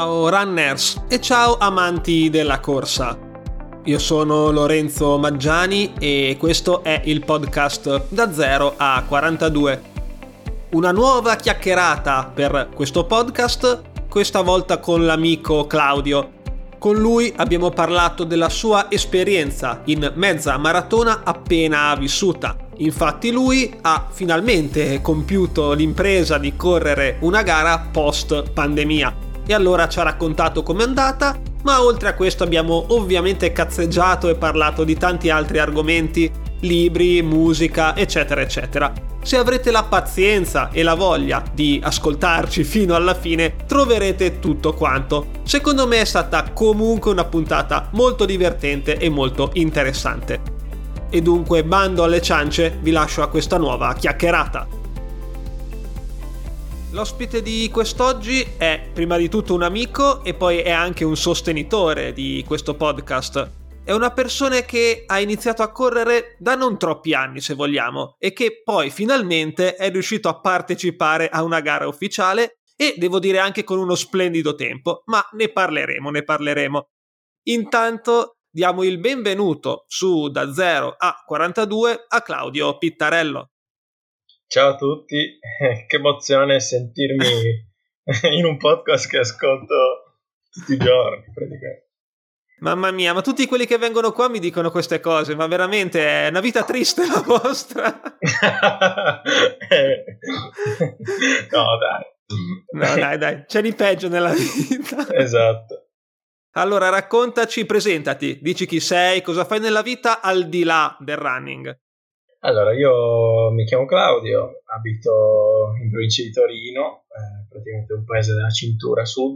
Ciao runners e ciao amanti della corsa. Io sono Lorenzo Maggiani e questo è il podcast Da 0 a 42. Una nuova chiacchierata per questo podcast, questa volta con l'amico Claudio. Con lui abbiamo parlato della sua esperienza in mezza maratona appena vissuta. Infatti lui ha finalmente compiuto l'impresa di correre una gara post pandemia e allora ci ha raccontato com'è andata, ma oltre a questo abbiamo ovviamente cazzeggiato e parlato di tanti altri argomenti, libri, musica, eccetera eccetera. Se avrete la pazienza e la voglia di ascoltarci fino alla fine, troverete tutto quanto. Secondo me è stata comunque una puntata molto divertente e molto interessante. E dunque, bando alle ciance, vi lascio a questa nuova chiacchierata. L'ospite di quest'oggi è prima di tutto un amico e poi è anche un sostenitore di questo podcast. È una persona che ha iniziato a correre da non troppi anni, se vogliamo, e che poi finalmente è riuscito a partecipare a una gara ufficiale e devo dire anche con uno splendido tempo, ma ne parleremo. Intanto diamo il benvenuto su Da 0 a 42 a Claudio Pittarello. Ciao a tutti, che emozione sentirmi in un podcast che ascolto tutti i giorni praticamente. Mamma mia, ma tutti quelli che vengono qua mi dicono queste cose, ma veramente è una vita triste la vostra. No, dai, c'è di peggio nella vita. Esatto. Allora, raccontaci, presentati, dici chi sei, cosa fai nella vita al di là del running. Allora, io mi chiamo Claudio, abito in provincia di Torino, praticamente un paese della cintura sud,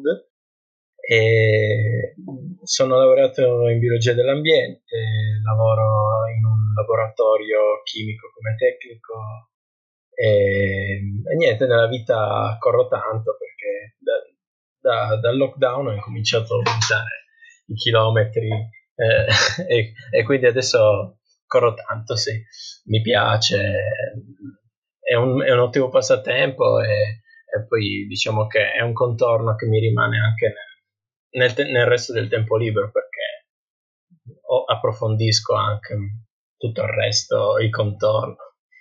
e sono laureato in biologia dell'ambiente, lavoro in un laboratorio chimico come tecnico e niente, nella vita corro tanto perché dal lockdown ho incominciato a aumentare i chilometri e quindi adesso corro tanto, sì, mi piace, è un ottimo passatempo e poi diciamo che è un contorno che mi rimane anche nel resto del tempo libero perché approfondisco anche tutto il resto, il contorno.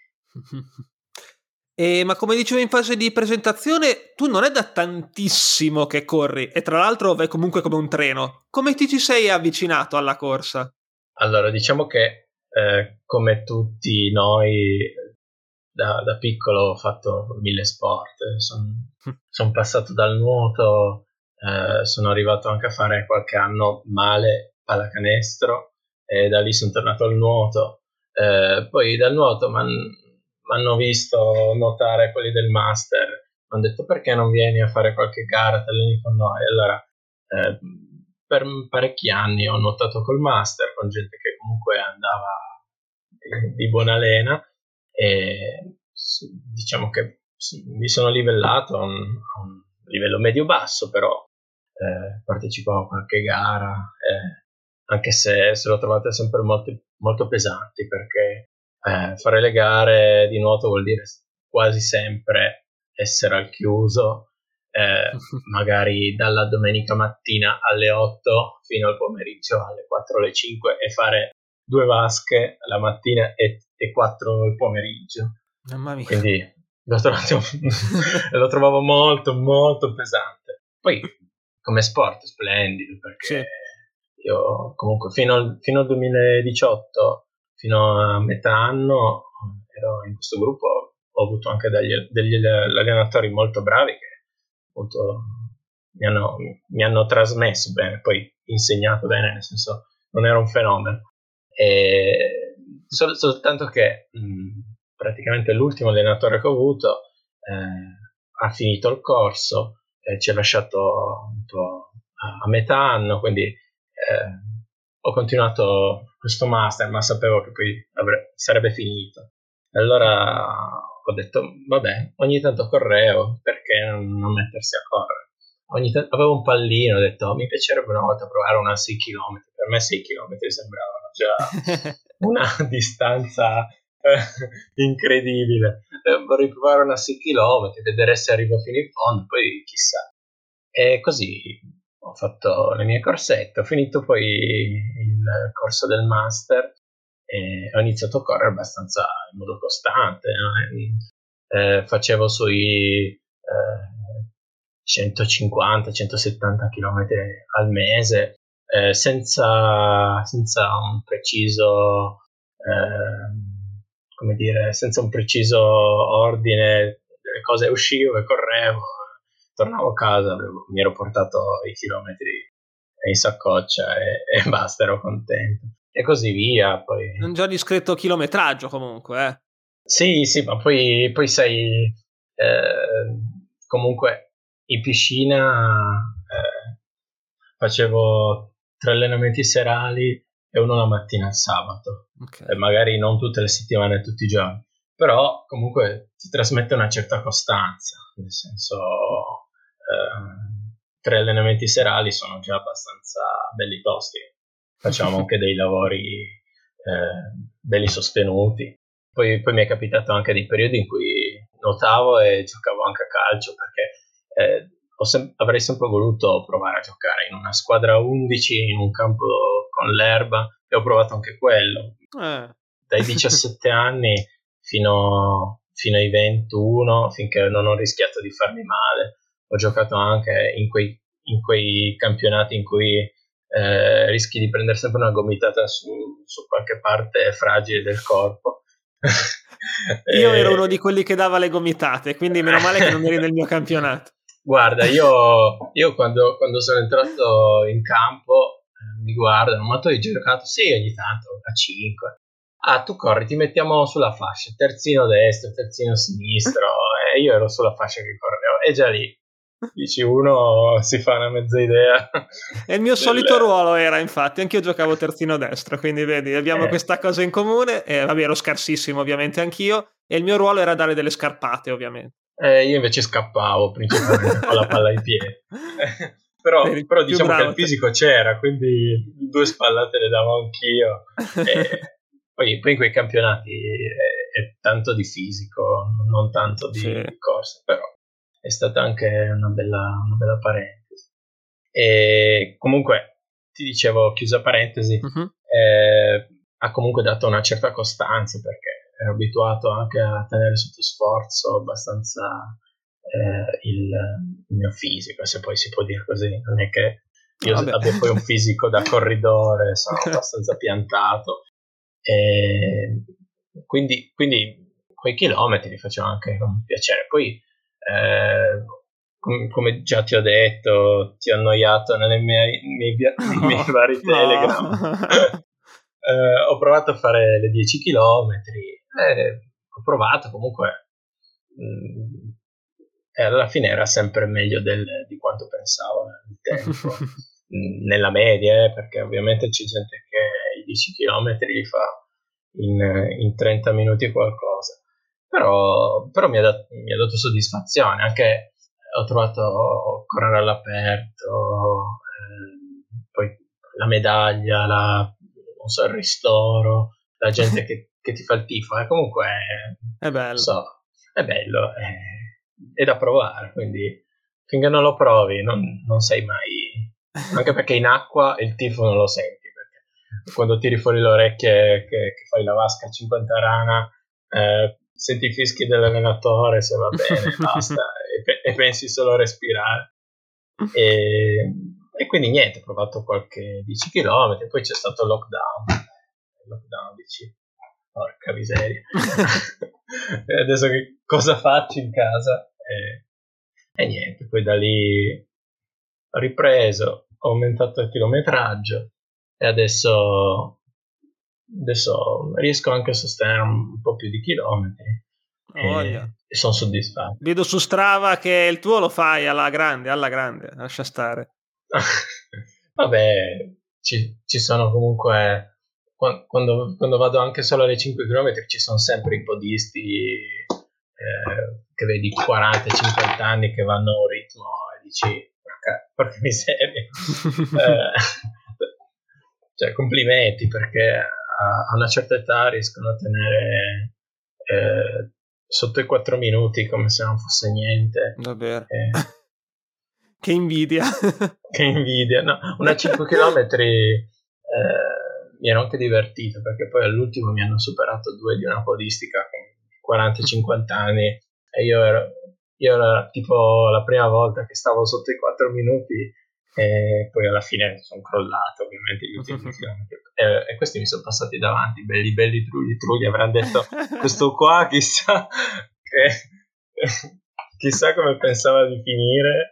Ma come dicevo in fase di presentazione, tu non è da tantissimo che corri e tra l'altro vai comunque come un treno. Come ti ci sei avvicinato alla corsa? Allora, diciamo che come tutti noi da piccolo ho fatto 1000 sport, sono passato dal nuoto, sono arrivato anche a fare qualche anno male pallacanestro e da lì sono tornato al nuoto. Poi dal nuoto mi hanno visto nuotare quelli del master, mi hanno detto perché non vieni a fare qualche gara, te alleni con noi. Allora per parecchi anni ho nuotato col master con gente che comunque andava di buona lena e diciamo che mi sono livellato a un livello medio-basso, però partecipavo a qualche gara, anche se l'ho trovate sempre molto, molto pesanti perché fare le gare di nuoto vuol dire quasi sempre essere al chiuso, magari dalla domenica mattina alle 8 fino al pomeriggio alle 4 o alle 5 e fare 2 vasche la mattina e 4 il pomeriggio. Mamma mia. Quindi lo trovavo molto molto pesante. Poi come sport splendido perché sì. Io comunque fino al 2018, fino a metà anno ero in questo gruppo, ho avuto anche degli allenatori molto bravi che appunto mi hanno trasmesso bene, poi insegnato bene, nel senso non era un fenomeno. E soltanto che praticamente l'ultimo allenatore che ho avuto ha finito il corso, ci ha lasciato un po' a metà anno, quindi ho continuato questo master, ma sapevo che poi sarebbe finito. Allora ho detto, vabbè, ogni tanto correvo, perché non mettersi a correre? Avevo un pallino, ho detto, mi piacerebbe una volta provare una 6 km. Per me 6 km sembravano già una distanza incredibile. Vorrei provare una 6 km, vedere se arrivo fino in fondo, poi chissà. E così ho fatto le mie corsette, ho finito poi il corso del master e ho iniziato a correre abbastanza in modo costante, no? Facevo sui 150-170 km al mese, senza un preciso come dire, senza un preciso ordine delle cose. Uscivo e correvo, tornavo a casa, mi ero portato i chilometri in saccoccia e basta, ero contento e così via. Poi Un già discreto chilometraggio comunque, eh. sì, ma poi sai, comunque in piscina facevo 3 allenamenti serali e uno la mattina e il sabato, Okay. magari non tutte le settimane, tutti i giorni, però comunque ti trasmette una certa costanza, nel senso 3 allenamenti serali sono già abbastanza belli tosti, facciamo anche dei lavori belli sostenuti. Poi mi è capitato anche dei periodi in cui nuotavo e giocavo anche a calcio, perché avrei sempre voluto provare a giocare in una squadra 11 in un campo con l'erba, e ho provato anche quello. Dai 17 anni fino ai 21, finché non ho rischiato di farmi male. Ho giocato anche in quei campionati in cui rischi di prendere sempre una gomitata su qualche parte fragile del corpo. Io ero uno di quelli che dava le gomitate, quindi meno male che non eri nel mio campionato. Guarda, io quando sono entrato in campo mi guardano, ma tu hai giocato? Sì, ogni tanto a 5. Ah, tu corri, ti mettiamo sulla fascia, terzino destro, terzino sinistro, e io ero sulla fascia che correvo, e già lì dici, uno si fa una mezza idea. E il mio solito ruolo era, infatti, anch'io giocavo terzino destro, quindi vedi, abbiamo questa cosa in comune, e vabbè, ero scarsissimo ovviamente anch'io, e il mio ruolo era dare delle scarpate, ovviamente. Io invece scappavo principalmente con la palla ai piedi. Però diciamo che il fisico c'era, quindi 2 spallate le davo anch'io. Poi in quei campionati è tanto di fisico, non tanto di corsa, però è stata anche una bella parentesi. E comunque, ti dicevo, chiusa parentesi, ha comunque dato una certa costanza, perché ero abituato anche a tenere sotto sforzo abbastanza il mio fisico, se poi si può dire così. Non è che io abbia poi un fisico da corridore, sono abbastanza piantato, e quindi quei chilometri li facevo anche con piacere. Poi come già ti ho detto, ti ho annoiato nei miei vari Telegram. Ho provato a fare le 10 chilometri, ho provato comunque, e alla fine era sempre meglio di quanto pensavo il tempo, nella media, perché ovviamente c'è gente che i 10 chilometri li fa in 30 minuti qualcosa, però mi ha dato soddisfazione. Anche ho trovato correre all'aperto, poi la medaglia, non so, il ristoro, la gente che ti fa il tifo, comunque è bello. Non so, è bello, è da provare, quindi finché non lo provi non sai mai, anche perché in acqua il tifo non lo senti, perché quando tiri fuori le orecchie che fai la vasca a 50 rana, senti i fischi dell'allenatore, se va bene, basta, e pensi solo a respirare. E quindi niente, ho provato qualche 10 km, poi c'è stato il lockdown dici, porca miseria. E adesso che cosa faccio in casa? E niente, poi da lì ho ripreso, ho aumentato il chilometraggio e adesso riesco anche a sostenere un po' più di chilometri e sono soddisfatto. Vedo su Strava che il tuo lo fai alla grande, lascia stare. Vabbè, ci sono comunque, quando vado anche solo alle 5 km ci sono sempre i podisti che vedi 40-50 anni che vanno a un ritmo e dici porca miseria. Cioè, complimenti, perché a una certa età riescono a tenere sotto i 4 minuti come se non fosse niente. Davvero. Che invidia. Che invidia, no, una 5 km mi ero anche divertito, perché poi all'ultimo mi hanno superato due di una podistica con 40-50 anni, e io ero tipo la prima volta che stavo sotto i 4 minuti, e poi alla fine sono crollato ovviamente gli ultimi chilometri, e questi mi sono passati davanti, belli trulli, avranno detto questo qua chissà come pensava di finire.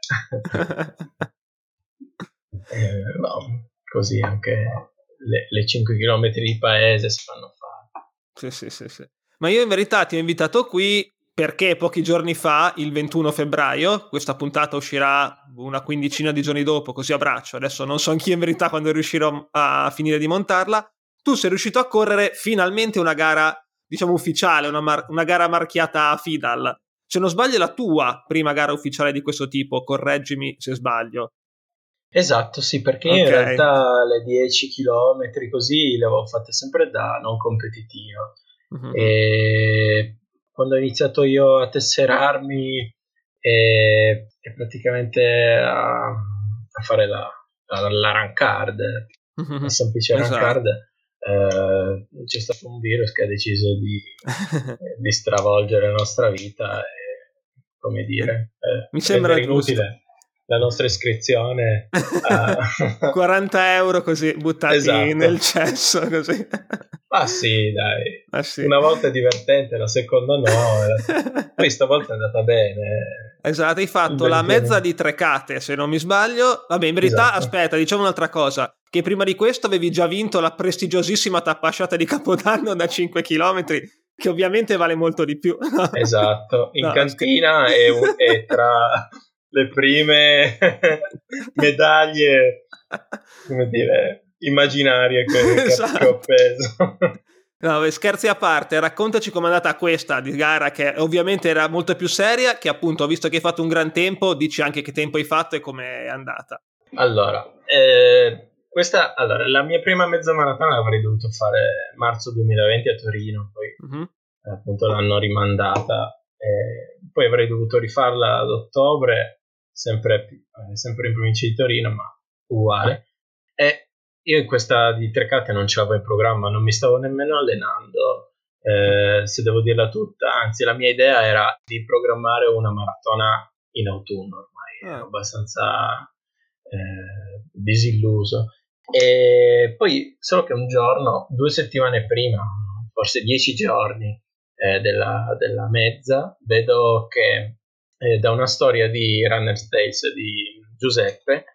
No, così anche le 5 km di paese si fanno fare. Sì. Ma io in verità ti ho invitato qui perché pochi giorni fa, il 21 febbraio, questa puntata uscirà una quindicina di giorni dopo, così a braccio, adesso non so anch'io in verità quando riuscirò a finire di montarla, tu sei riuscito a correre finalmente una gara, diciamo, ufficiale, una gara marchiata FIDAL. Se non sbaglio è la tua prima gara ufficiale di questo tipo, correggimi se sbaglio. Esatto, sì, perché io in realtà le 10 km così le avevo fatte sempre da non competitivo. E quando ho iniziato io a tesserarmi e praticamente a fare la run card, la semplice run card, c'è stato un virus che ha deciso di stravolgere la nostra vita e, come dire, mi sembra rendere inutile la nostra iscrizione a 40 euro così buttati esatto. nel cesso così. Ma sì, dai, sì. una volta è divertente, la seconda no, poi stavolta è andata bene. Esatto, hai fatto la mezza di Trecate, se non mi sbaglio. Vabbè, in verità, esatto. Aspetta, diciamo un'altra cosa, che prima di questo avevi già vinto la prestigiosissima tappasciata di Capodanno da 5 km, che ovviamente vale molto di più. Esatto, in cantina e tra le prime medaglie, come dire, immaginarie che ho preso. No, scherzi a parte, raccontaci com'è andata questa di gara, che ovviamente era molto più seria, che appunto, visto che hai fatto un gran tempo, dici anche che tempo hai fatto e com'è andata. Allora, la mia prima mezza maratona l'avrei dovuto fare marzo 2020 a Torino, poi appunto l'hanno rimandata, poi avrei dovuto rifarla ad ottobre, sempre in provincia di Torino, ma uguale. E io in questa di Trecate non ce l'avevo in programma, non mi stavo nemmeno allenando, se devo dirla tutta, anzi la mia idea era di programmare una maratona in autunno, ormai ero abbastanza disilluso. E poi solo che un giorno, 2 settimane prima, forse 10 giorni della mezza, vedo che da una storia di Runner's Tales di Giuseppe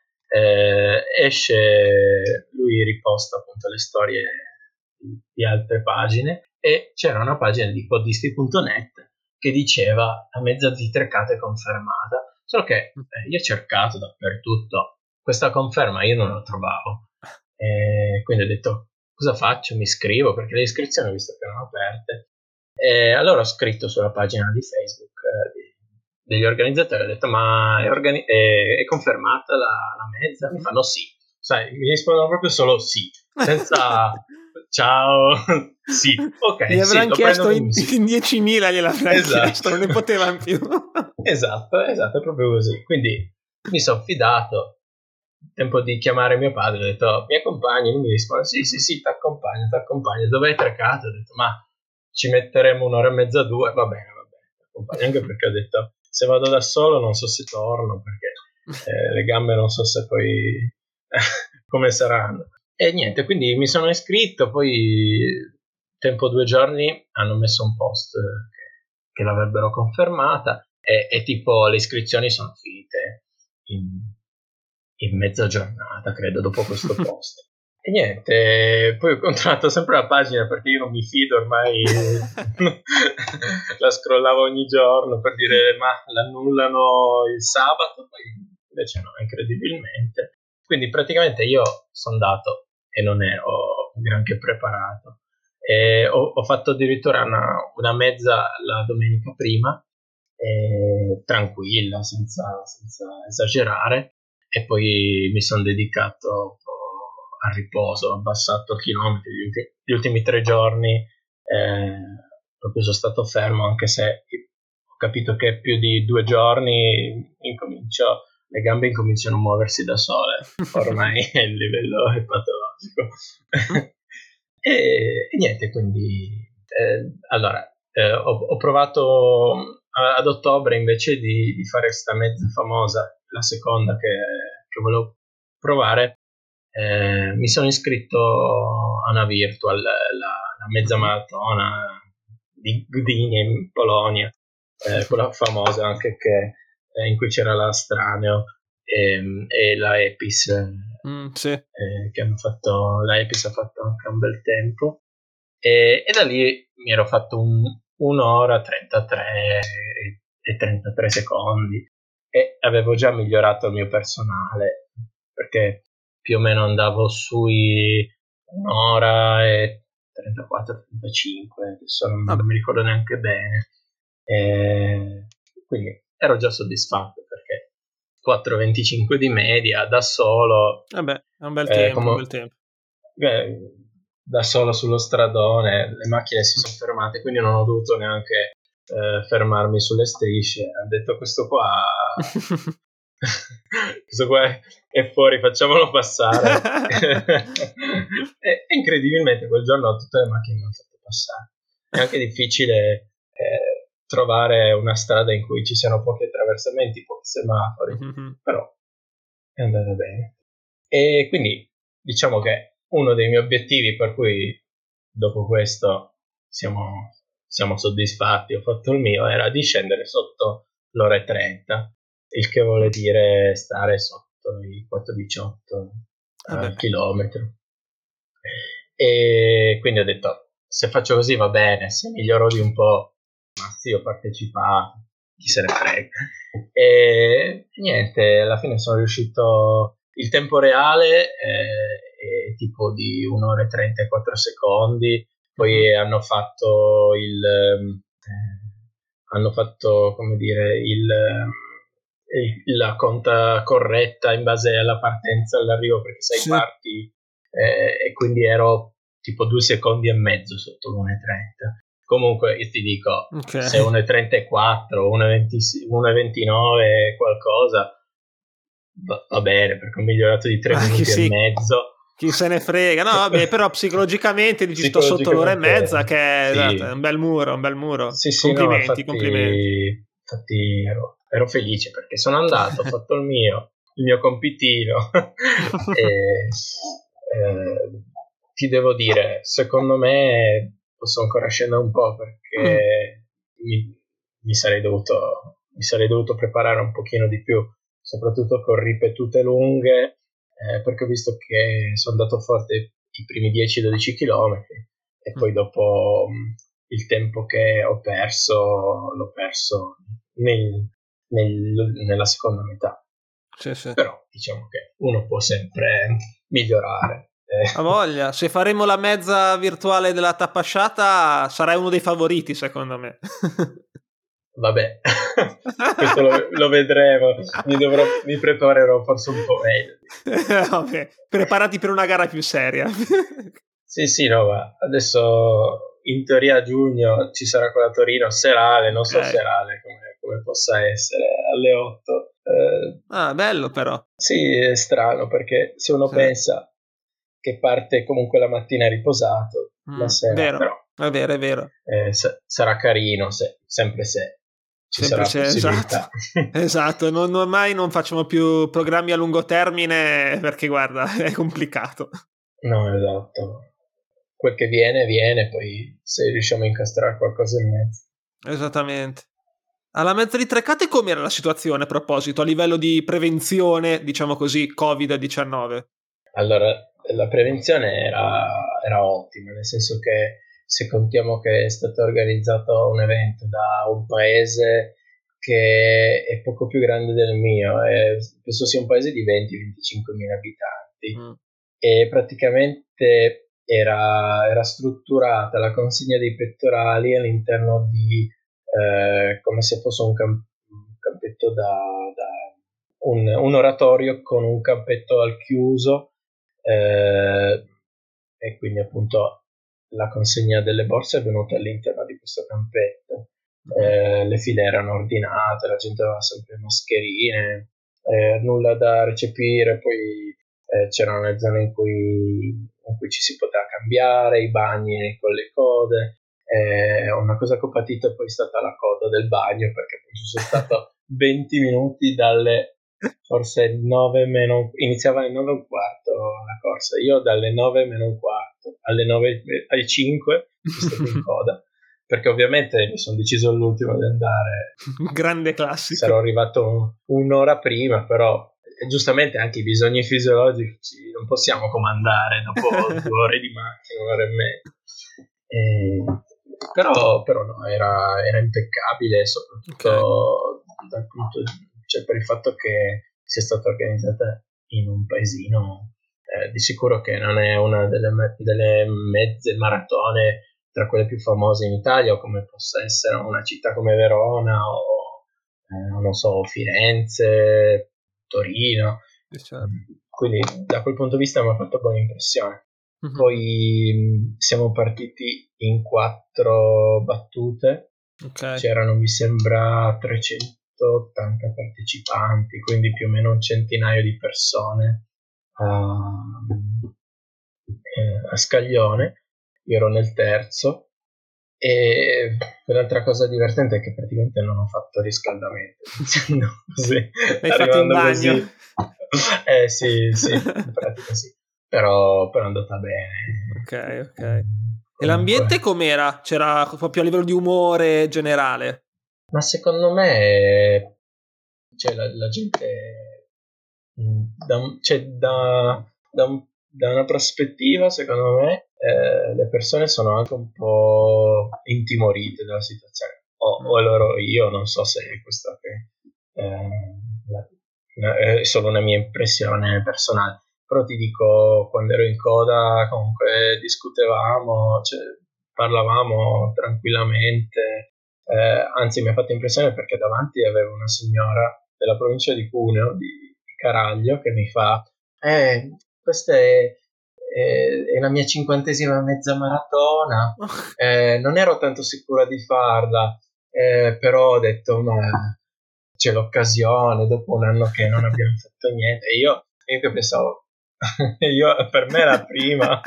esce, lui riposta appunto le storie di altre pagine, e c'era una pagina di podisti.net che diceva la mezza di Trecate confermata, solo che io ho cercato dappertutto questa conferma, io non la trovavo, quindi ho detto cosa faccio, mi iscrivo, perché le iscrizioni ho visto che erano aperte, e allora ho scritto sulla pagina di Facebook degli organizzatori, ho detto ma è confermata la mezza? Mi fanno sì, sai, mi rispondono proprio solo sì, senza ciao, sì, ok, gli avranno chiesto in 10.000, gliel'avranno chiesto, non ne potevano più. esatto, è proprio così, quindi mi sono fidato. Tempo di chiamare mio padre, ho detto mi accompagni? Lui mi risponde sì, ti accompagno, dove hai Trecate? Ho detto ma ci metteremo un'ora e mezza, 2, va bene, ti accompagno, anche perché ho detto se vado da solo non so se torno, perché le gambe non so se poi come saranno, e niente, quindi mi sono iscritto, poi tempo 2 giorni hanno messo un post che l'avrebbero confermata, e tipo le iscrizioni sono finite in mezza giornata, credo, dopo questo post. E niente, poi ho controllato sempre la pagina, perché io non mi fido ormai, la scrollavo ogni giorno per dire ma l'annullano il sabato, poi invece no, incredibilmente. Quindi praticamente io sono andato e non ero granché preparato, e ho fatto addirittura una mezza la domenica prima, tranquilla, senza esagerare, e poi mi sono dedicato un po' al riposo, ho abbassato chilometri gli ultimi 3 giorni, proprio sono stato fermo, anche se ho capito che più di 2 giorni incomincio le gambe incominciano a muoversi da sole, ormai il livello è patologico. E niente, quindi allora ho provato ad ottobre, invece di fare sta mezza famosa, la seconda che volevo provare, mi sono iscritto a una virtual, la mezza maratona di Gdynia in Polonia, quella famosa anche in cui c'era l'Astraneo e la Epis, sì. che hanno fatto, la Epis ha fatto anche un bel tempo, e da lì mi ero fatto un'ora 33 e 33 secondi, e avevo già migliorato il mio personale, perché più o meno andavo sui un'ora e 34-35, adesso non mi ricordo neanche bene, quindi ero già soddisfatto, perché 4,25 di media da solo, Vabbè, è un bel tempo, un bel tempo. Da solo sullo stradone, le macchine si sono fermate, quindi non ho dovuto neanche fermarmi sulle strisce. Hanno detto questo qua è fuori, facciamolo passare. E incredibilmente quel giorno tutte le macchine mi hanno fatto passare. È anche difficile trovare una strada in cui ci siano pochi attraversamenti, pochi semafori, però è andata bene. E quindi diciamo che uno dei miei obiettivi, per cui dopo questo siamo soddisfatti, ho fatto il mio, era di scendere sotto l'ora e 30, il che vuole dire stare sotto i 4,18 chilometri. E quindi ho detto, se faccio così va bene, se miglioro di un po', ma sì, ho partecipato, chi se ne frega. E niente, alla fine sono riuscito, il tempo reale è tipo di 1 ora e 34 secondi, poi hanno fatto come dire, la conta corretta in base alla partenza e all'arrivo, perché sai, Sì. parti e quindi ero tipo 2 secondi e mezzo sotto l'1,30. Comunque io ti dico, se 1,34, 1,29 qualcosa va bene, perché ho migliorato di 3 minuti e mezzo. Chi se ne frega, no vabbè, però psicologicamente dici sto sotto l'ora e mezza, che è, sì. esatto, è un bel muro, un bel muro. Sì, Complimenti, no, complimenti. infatti ero felice, perché sono andato, ho fatto il mio compitino e ti devo dire, secondo me posso ancora scendere un po', perché mi sarei dovuto preparare un pochino di più, soprattutto con ripetute lunghe, perché ho visto che sono andato forte i primi 10-12 km e poi dopo il tempo che ho perso l'ho perso nella seconda metà. Sì. Però diciamo che uno può sempre migliorare. A voglia, se faremo la mezza virtuale della tappasciata sarai uno dei favoriti, secondo me. Vabbè, questo lo vedremo. Mi preparerò forse un po' meglio. Vabbè, preparati per una gara più seria. Sì, no, ma adesso in teoria a giugno ci sarà quella Torino serale, non so serale come possa essere, alle 8. Bello però. Sì, è strano, perché se uno pensa che parte comunque la mattina riposato, la sera, vero, però è vero. sarà carino, sempre se ci Sempre sarà possibilità. Esatto, ormai non facciamo più programmi a lungo termine, perché guarda, è complicato. No, esatto. Quel che viene, poi se riusciamo a incastrare qualcosa in mezzo. Esattamente. Alla mezza di Trecate com'era la situazione, a proposito, a livello di prevenzione, diciamo così, Covid-19? Allora, la prevenzione era ottima, nel senso che se contiamo che è stato organizzato un evento da un paese che è poco più grande del mio, penso sia un paese di 20-25 mila abitanti, e praticamente era strutturata la consegna dei pettorali all'interno di come se fosse un campetto un oratorio con un campetto al chiuso, e quindi appunto la consegna delle borse è avvenuta all'interno di questo campetto. Le file erano ordinate, la gente aveva sempre mascherine, nulla da recepire, poi c'erano le zone in cui ci si poteva cambiare, i bagni con le code. Una cosa che ho patito poi è stata la coda del bagno, perché appunto sono stato 20 minuti dalle forse 9 meno, iniziava alle 9 e un quarto la corsa, io dalle 9 meno un quarto alle 9 alle 5 sono stato in coda, perché ovviamente mi sono deciso all'ultimo di andare, grande classico, sarò arrivato un'ora prima, però giustamente anche i bisogni fisiologici non possiamo comandare dopo 2 ore di macchina, 1 ora e mezza. Però no, era impeccabile, soprattutto dal punto cioè per il fatto che sia stata organizzata in un paesino, di sicuro che non è una delle mezze maratone tra quelle più famose in Italia, o come possa essere una città come Verona o non so, Firenze, Torino. certo. Quindi da quel punto di vista mi ha fatto buona impressione. Mm-hmm. Poi siamo partiti in 4 battute, c'erano mi sembra 380 partecipanti, quindi più o meno un centinaio di persone a scaglione. Io ero nel terzo, e l'altra cosa divertente è che praticamente non ho fatto riscaldamento così, l'hai fatto in bagno così. Sì, in pratica sì, però è andata bene. Ok. Comunque. E l'ambiente com'era? C'era proprio a livello di umore generale? Ma secondo me cioè, la gente da una prospettiva, secondo me, le persone sono anche un po' intimorite dalla situazione, o io non so se è questo che è solo una mia impressione personale, però ti dico, quando ero in coda comunque discutevamo, cioè, parlavamo tranquillamente, anzi mi ha fatto impressione perché davanti avevo una signora della provincia di Cuneo, di Caraglio, che mi fa questa è la mia 50ª mezza maratona, non ero tanto sicura di farla, però ho detto ma c'è l'occasione dopo un anno che non abbiamo fatto niente, e io che pensavo per me era prima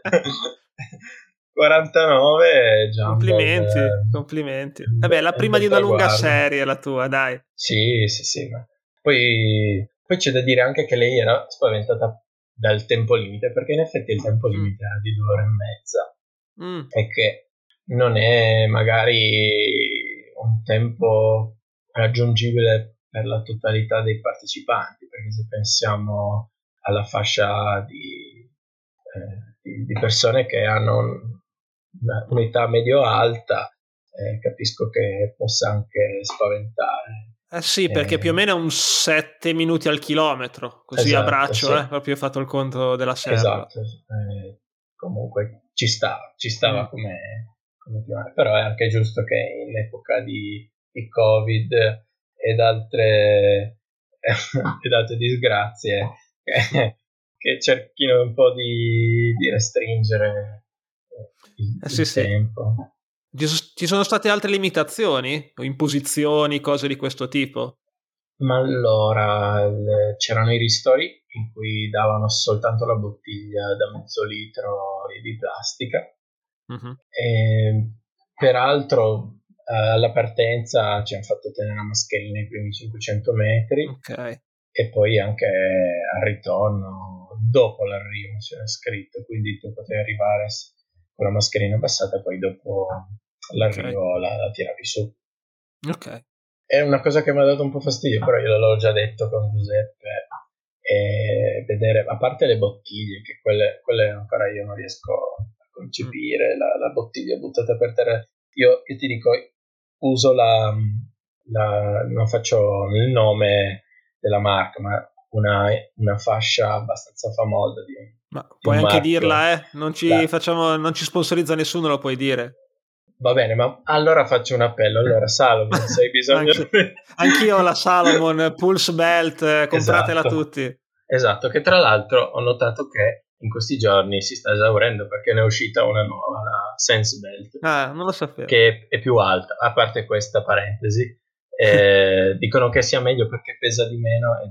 49 già complimenti. Vabbè, la prima di una lunga serie la tua, dai. Sì. Poi c'è da dire anche che lei era spaventata dal tempo limite, perché in effetti il tempo limite era di 2 ore e mezza, e che non è magari un tempo raggiungibile per la totalità dei partecipanti, perché se pensiamo alla fascia di persone che hanno un'età medio-alta, capisco che possa anche spaventare. Sì, perché più o meno è un 7 minuti al chilometro, così esatto, a braccio, sì. Proprio ho fatto il conto della serva. Esatto, comunque ci stava come chiamare, però è anche giusto che in epoca di Covid ed altre disgrazie che cerchino un po' di restringere il tempo. Ci sono state altre limitazioni o imposizioni, cose di questo tipo? Ma allora c'erano i ristori in cui davano soltanto la bottiglia da mezzo litro di plastica. E, peraltro alla partenza ci hanno fatto tenere la mascherina i primi 500 metri, e poi anche al ritorno, dopo l'arrivo c'era scritto, quindi tu potevi arrivare con la mascherina abbassata, poi dopo l'arrivo la tiravi su. È una cosa che mi ha dato un po' fastidio, però io l'avevo già detto con Giuseppe, e vedere, a parte le bottiglie, che quelle ancora io non riesco a concepire, la bottiglia buttata per terra. Io ti dico, uso non faccio il nome della marca, ma una fascia abbastanza famosa ma puoi anche dirla, non ci sponsorizza nessuno, lo puoi dire. Va bene, ma allora faccio un appello. Allora, Salomon, se hai bisogno... Anch'io ho la Salomon Pulse Belt, compratela tutti. Esatto, che tra l'altro ho notato che in questi giorni si sta esaurendo, perché ne è uscita una nuova, la Sense Belt. Non lo sapevo. Che è più alta, a parte questa parentesi. Dicono che sia meglio perché pesa di meno ed è un po'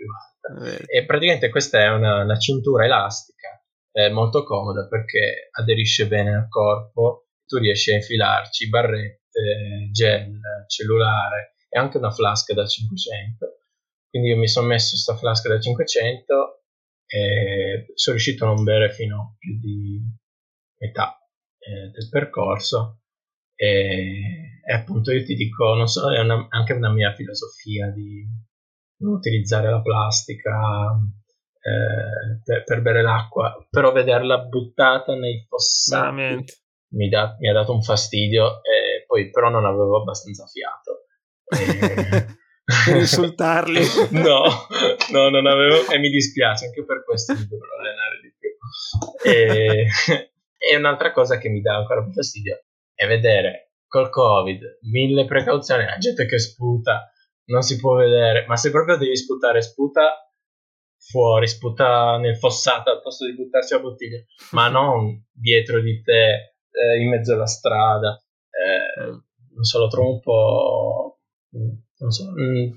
più alta. E praticamente questa è una cintura elastica molto comoda perché aderisce bene al corpo, tu riesci a infilarci barrette, gel, cellulare e anche una flasca da 500. Quindi io mi sono messo questa flasca da 500 e sono riuscito a non bere fino a più di metà del percorso. E appunto io ti dico, non so, è anche una mia filosofia di non utilizzare la plastica per bere l'acqua, però vederla buttata nei fossati mi ha dato un fastidio, e poi però non avevo abbastanza fiato per insultarli. no, non avevo, e mi dispiace, anche per questo mi dovrò allenare di più. E un'altra cosa che mi dà ancora più fastidio è vedere col Covid 1000 precauzioni, la gente che sputa, non si può vedere, ma se proprio devi sputare, sputa fuori, sputa nel fossato al posto di buttarci la bottiglia, ma non dietro di te, in mezzo alla strada. Non so, lo trovo un po', non so,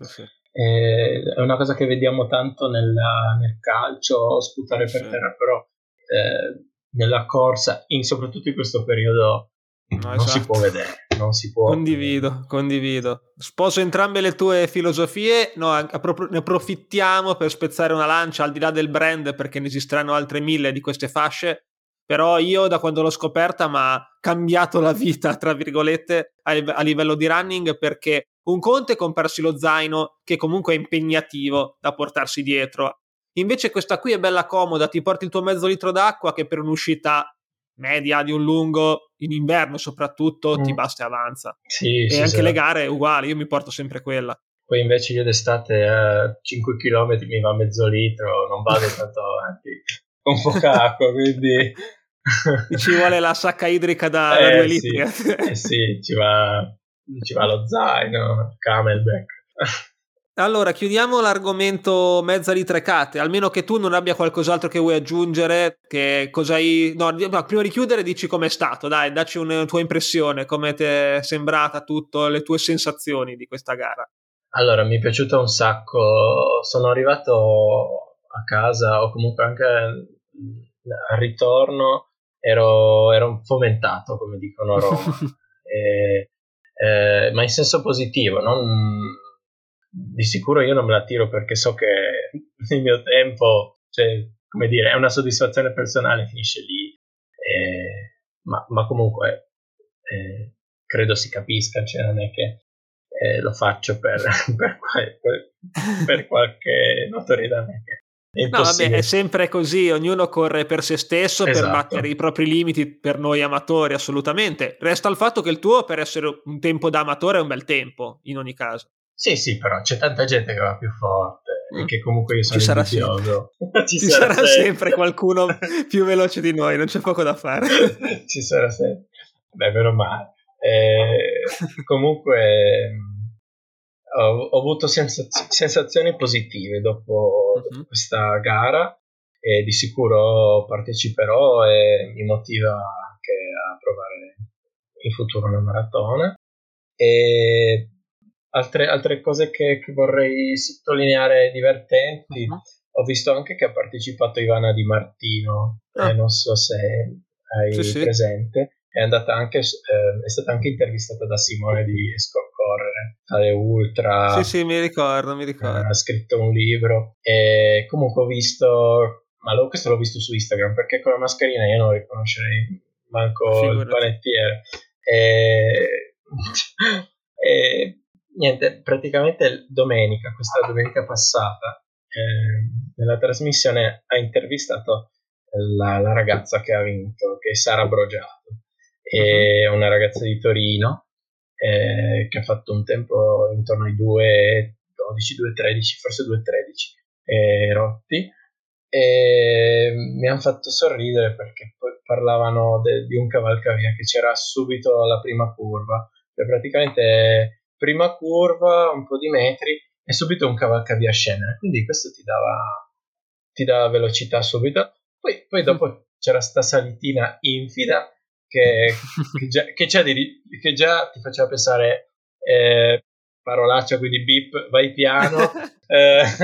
è una cosa che vediamo tanto nel calcio, sputare per terra, però nella corsa, soprattutto in questo periodo, non si può vedere, non si può. Condivido. Sposo entrambe le tue filosofie. No, ne approfittiamo per spezzare una lancia al di là del brand, perché ne esisteranno altre 1000 di queste fasce. Però io, da quando l'ho scoperta, mi ha cambiato la vita, tra virgolette, a livello di running, perché un conto è comprarsi lo zaino, che comunque è impegnativo da portarsi dietro. Invece questa qui è bella comoda, ti porti il tuo mezzo litro d'acqua che per un'uscita media di un lungo, in inverno soprattutto, ti basta e avanza. Sì, e anche le gare uguali, io mi porto sempre quella. Poi invece io d'estate a 5 km mi va mezzo litro, non vado tanto avanti, con poca acqua, quindi ci vuole la sacca idrica da 2 litri. Sì, ci va lo zaino, Camelback. Allora, chiudiamo l'argomento mezza litrecate, almeno che tu non abbia qualcos'altro che vuoi aggiungere, che cosa hai... No, prima di chiudere dici com'è stato, dai, dacci una tua impressione, come ti è sembrata tutto, le tue sensazioni di questa gara. Allora, mi è piaciuta un sacco, sono arrivato a casa, o comunque anche al ritorno, ero fomentato, come dicono a Roma, ma in senso positivo, di sicuro io non me la tiro perché so che il mio tempo, cioè, come dire, è una soddisfazione personale, finisce lì, ma comunque credo si capisca, cioè non è che lo faccio per qualche notorietà. No, vabbè, è sempre così, ognuno corre per se stesso, esatto, per battere i propri limiti, per noi amatori, assolutamente. Resta il fatto che il tuo, per essere un tempo da amatore, è un bel tempo, in ogni caso. Sì, però c'è tanta gente che va più forte e che comunque io sono invidioso. Ci sarà sempre qualcuno più veloce di noi, non c'è poco da fare. Ci sarà sempre. Beh, meno male. Comunque ho avuto sensazioni positive dopo questa gara e di sicuro parteciperò e mi motiva anche a provare in futuro una maratona. E altre cose che vorrei sottolineare divertenti, ho visto anche che ha partecipato Ivana Di Martino, non so se hai presente. È stata anche intervistata da Simone di Escort Correre, alle Ultra. Sì, mi ricordo. Ha scritto un libro e comunque ho visto, ma questo l'ho visto su Instagram, perché con la mascherina io non riconoscerei manco il panettiere. E niente, praticamente questa domenica passata, nella trasmissione ha intervistato la ragazza che ha vinto, che è Sara Brogiato, è una ragazza di Torino che ha fatto un tempo intorno ai 2:12, 2:13, forse 2:13 rotti, e mi hanno fatto sorridere perché poi parlavano di un cavalcavia che c'era subito alla prima curva, cioè praticamente prima curva, un po' di metri e subito un cavalcavia a scendere, quindi questo ti dava velocità subito. Poi dopo c'era sta salitina infida che già ti faceva pensare parolaccia, quindi beep, vai piano,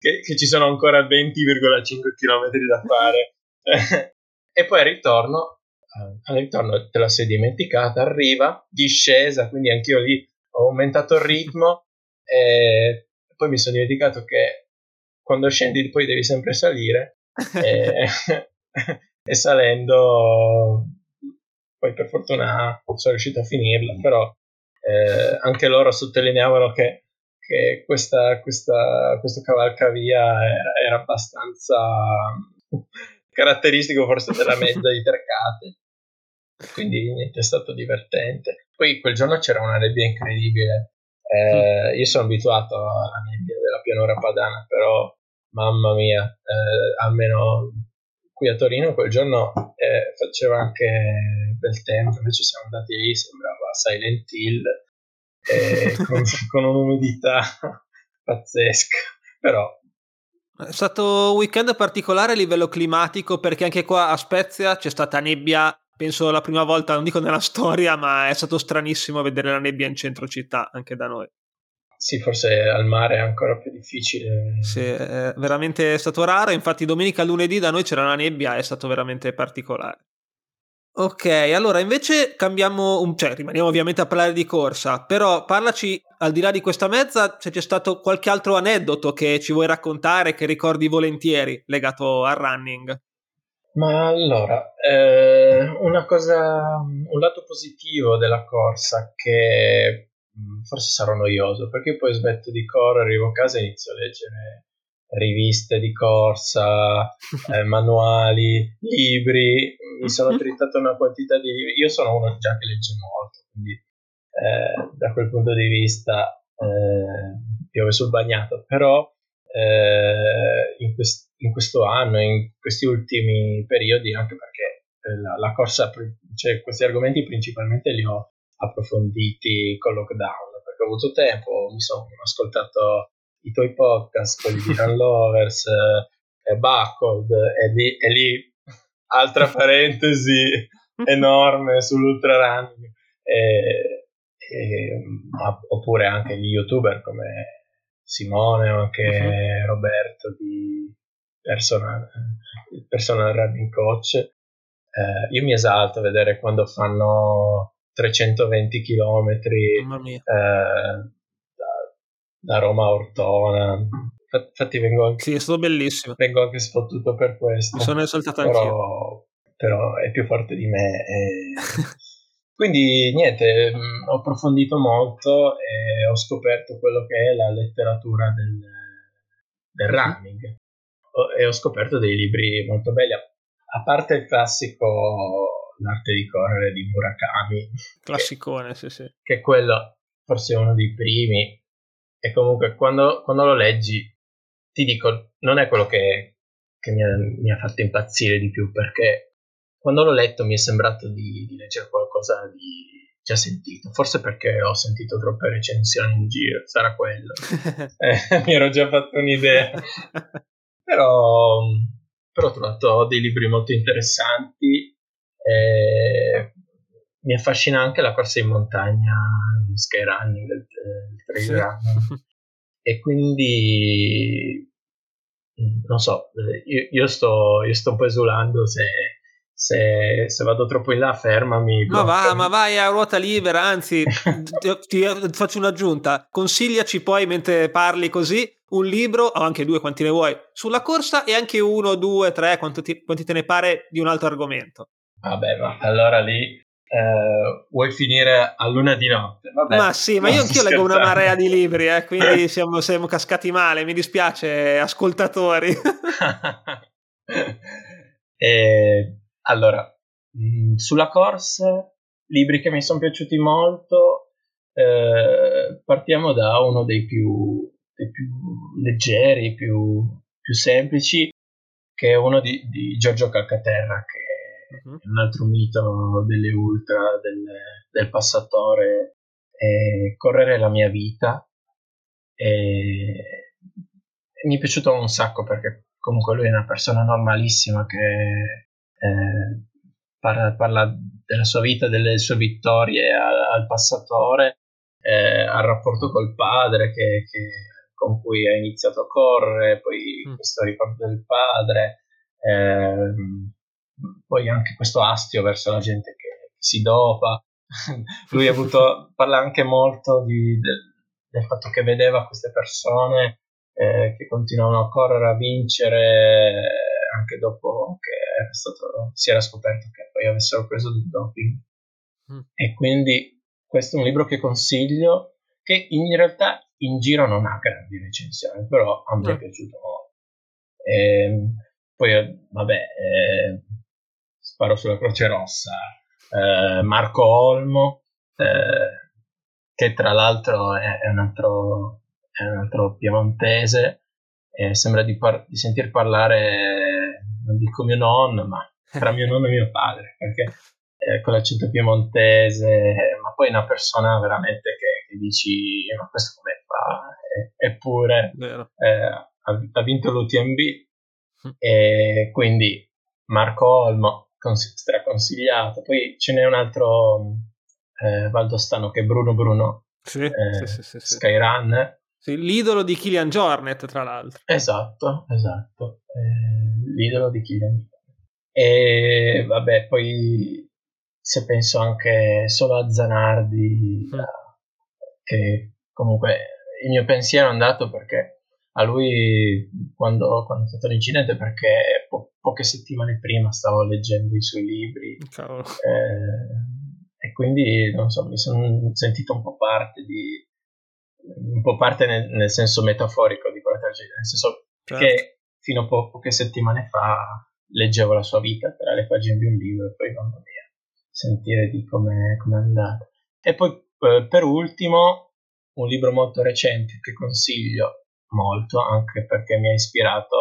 che ci sono ancora 20,5 km da fare. E poi al ritorno te la sei dimenticata, arriva, discesa, quindi anch'io lì ho aumentato il ritmo e poi mi sono dimenticato che quando scendi poi devi sempre salire e, e salendo poi per fortuna sono riuscito a finirla, però anche loro sottolineavano che questa cavalcavia era abbastanza caratteristico forse della mezza di Trecate, quindi niente, è stato divertente. Poi quel giorno c'era una nebbia incredibile, io sono abituato alla nebbia della pianura padana, però mamma mia, almeno qui a Torino quel giorno faceva anche bel tempo, invece siamo andati lì, sembrava Silent Hill, con un'umidità pazzesca, però È stato un weekend particolare a livello climatico, perché anche qua a Spezia c'è stata nebbia, penso la prima volta, non dico nella storia, ma è stato stranissimo vedere la nebbia in centro città, anche da noi. sì, forse al mare è ancora più difficile. Sì, è veramente stato raro, infatti domenica, lunedì da noi c'era la nebbia, è stato veramente particolare. Ok, allora invece cioè rimaniamo ovviamente a parlare di corsa, però parlaci, al di là di questa mezza, se c'è stato qualche altro aneddoto che ci vuoi raccontare, che ricordi volentieri legato al running. Ma allora, un lato positivo della corsa che forse sarò noioso, perché poi smetto di correre, arrivo a casa e inizio a leggere riviste di corsa, manuali, libri, mi sono tritato una quantità di libri, io sono uno già che legge molto, quindi da quel punto di vista piove sul bagnato, però in questo anno, in questi ultimi periodi, anche perché la corsa, cioè questi argomenti principalmente li ho approfonditi con lockdown, perché ho avuto tempo, mi sono ascoltato i tuoi podcast, quelli di Run Lovers, Buckled, e lì altra parentesi enorme sull'ultra running, oppure anche gli youtuber come Simone o anche Roberto di il personal running coach. Io mi esalto a vedere quando fanno 320 chilometri Mamma mia. da Roma a Ortona. Infatti Sì, è stato bellissimo. vengo anche sfottuto per questo, Mi sono esaltato anch'io. però è più forte di me. Quindi niente, ho approfondito molto e ho scoperto quello che è la letteratura del running e ho scoperto dei libri molto belli, a parte il classico L'arte di correre di Murakami, Classicone, sì. che quello forse è uno dei primi, e comunque quando lo leggi ti dico, non è quello che mi ha fatto impazzire di più, perché quando l'ho letto mi è sembrato di leggere qualcosa di già sentito, forse perché ho sentito troppe recensioni in giro, sarà quello. Mi ero già fatto un'idea, però ho trovato dei libri molto interessanti. Mi affascina anche la corsa in montagna, lo skyrunning, il trail Sì. running, e quindi non so, io sto un po' esulando, se vado troppo in là fermami, Ma bloccami. vai a ruota libera, anzi, ti faccio un'aggiunta. Consigliaci poi, mentre parli così, un libro, o anche due, quanti ne vuoi, sulla corsa, e anche uno, due, tre, quanti te ne pare, di un altro argomento. Vabbè, ma allora lì vuoi finire a luna di notte? Vabbè, Ma sì, ma no, io sto anch'io leggo una scherzando. marea di libri, quindi siamo cascati male, mi dispiace, ascoltatori. Allora, sulla corsa, libri che mi sono piaciuti molto, partiamo da uno dei più leggeri, più semplici, che è uno di Giorgio Calcaterra, che è un altro mito delle ultra, del passatore, Correre la mia vita. E mi è piaciuto un sacco, perché comunque lui è una persona normalissima che parla della sua vita, delle sue vittorie al passatore, al rapporto col padre che con cui ha iniziato a correre, poi questo ricordo del padre, poi anche questo astio verso la gente che si dopa. Lui parla anche molto del fatto che vedeva queste persone che continuavano a correre, a vincere, anche dopo che si era scoperto che poi avessero preso del doping. E quindi questo è un libro che consiglio, che in realtà in giro non ha grandi recensioni, però a me è piaciuto molto. Poi vabbè, sparo sulla Croce Rossa, Marco Olmo, che tra l'altro è un altro piemontese, sembra di sentir parlare, non dico mio nonno, ma tra mio nonno e mio padre, perché con l'accento piemontese, ma poi una persona veramente che dici, ma questo come fa? Eppure ha vinto l'UTMB, e quindi Marco Olmo straconsigliato. Poi ce n'è un altro valdostano che è Bruno sì. Skyrunner. Sì, l'idolo di Kilian Jornet, tra l'altro. Esatto. L'idolo di Kilian Jornet. E vabbè, poi se penso anche solo a Zanardi, che comunque il mio pensiero è andato perché a lui quando è stato l'incidente, perché poche settimane prima stavo leggendo i suoi libri, e quindi non so, mi sono sentito un po' parte nel senso metaforico di quella tragedia, nel senso che fino a poche settimane fa leggevo la sua vita tra le pagine di un libro e poi mamma mia, sentire di come è andata. E poi per ultimo un libro molto recente che consiglio molto, anche perché mi ha ispirato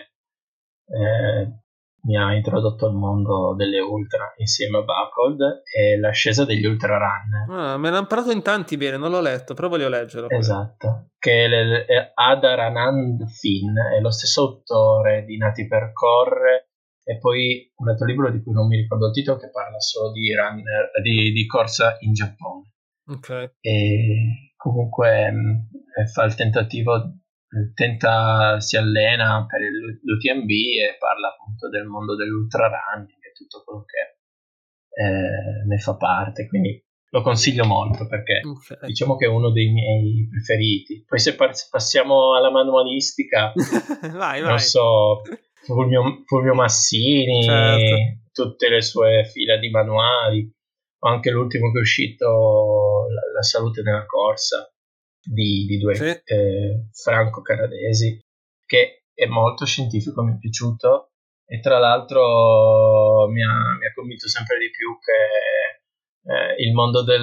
e mi ha introdotto al mondo delle ultra insieme a Buckled, è L'ascesa degli ultra runner. Me ne hanno parlato in tanti bene, non l'ho letto, però voglio leggerlo. Esatto, che è Adar Anand Finn, è lo stesso autore di Nati per correre, e poi un altro libro di cui non mi ricordo il titolo, che parla solo di runner, di corsa in Giappone. Okay. E comunque fa il tentativo, si allena per l'UTMB e parla appunto del mondo dell'ultra running e tutto quello che ne fa parte, quindi lo consiglio molto perché diciamo che è uno dei miei preferiti. Poi se passiamo alla manualistica, non so, Fulvio Massini, certo, tutte le sue fila di manuali, o anche l'ultimo che è uscito, La salute nella corsa, di due franco-canadesi, che è molto scientifico, mi è piaciuto, e tra l'altro mi ha convinto sempre di più che il mondo del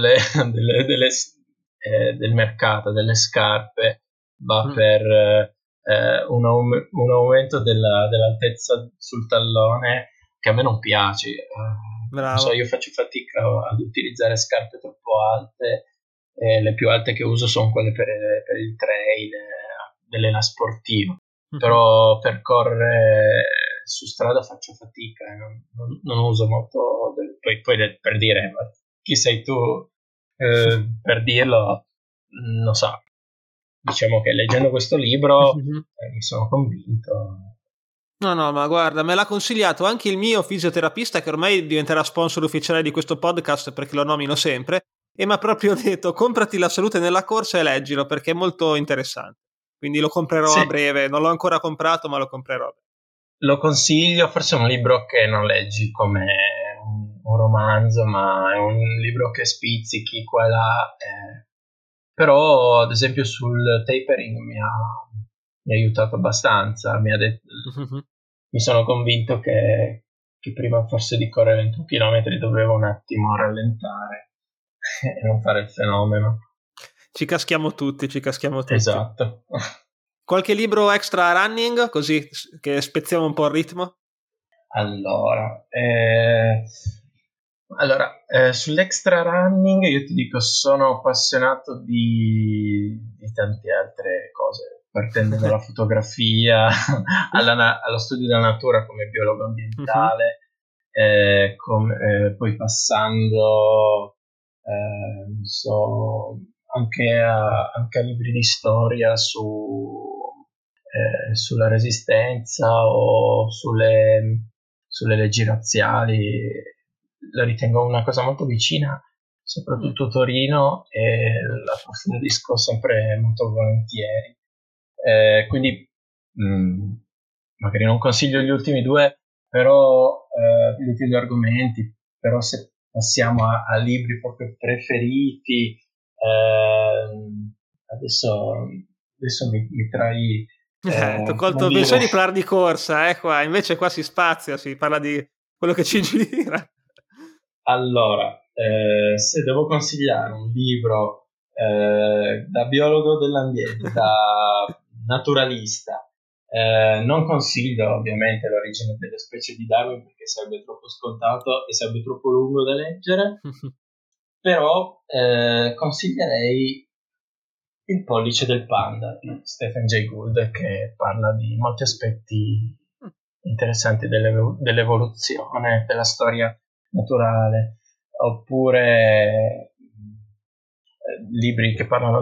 mercato, delle scarpe, va per un aumento dell'altezza sul tallone, che a me non piace. Non so, io faccio fatica ad utilizzare scarpe troppo alte, le più alte che uso sono quelle per il trail, dell'Ela Sportiva, però per correre su strada faccio fatica, non uso molto poi per dire, ma chi sei tu per dirlo, non so. Diciamo che leggendo questo libro mi sono convinto. No, ma guarda, me l'ha consigliato anche il mio fisioterapista, che ormai diventerà sponsor ufficiale di questo podcast perché lo nomino sempre, e mi ha proprio detto: comprati La salute nella corsa e leggilo perché è molto interessante. Quindi lo comprerò a breve, non l'ho ancora comprato, ma lo comprerò. Lo consiglio, forse è un libro che non leggi come un romanzo, ma è un libro che spizzichi qua e là, però ad esempio sul tapering mi ha aiutato abbastanza, mi ha detto, mi sono convinto che prima forse di correre 21 km dovevo un attimo rallentare e non fare il fenomeno. Ci caschiamo tutti. Esatto. Qualche libro extra running, così che spezziamo un po' il ritmo? Allora, sull'extra running io ti dico, sono appassionato di tante altre cose, partendo dalla fotografia allo studio della natura come biologo ambientale, poi passando non so, anche a libri di storia sulla resistenza o sulle leggi razziali. La ritengo una cosa molto vicina, soprattutto Torino, e la approfondisco sempre molto volentieri. Quindi magari non consiglio gli ultimi due, però gli ultimi due argomenti, però se passiamo a libri proprio preferiti, adesso mi trai. T'ho colto, penso di parlare di corsa, qua invece qua si spazia, si parla di quello che ci gira. Allora, se devo consigliare un libro da biologo dell'ambiente, da naturalista, non consiglio ovviamente L'origine delle specie di Darwin, perché sarebbe troppo scontato e sarebbe troppo lungo da leggere, però consiglierei Il pollice del panda di Stephen Jay Gould, che parla di molti aspetti interessanti dell'evoluzione, della storia naturale, oppure libri che parlano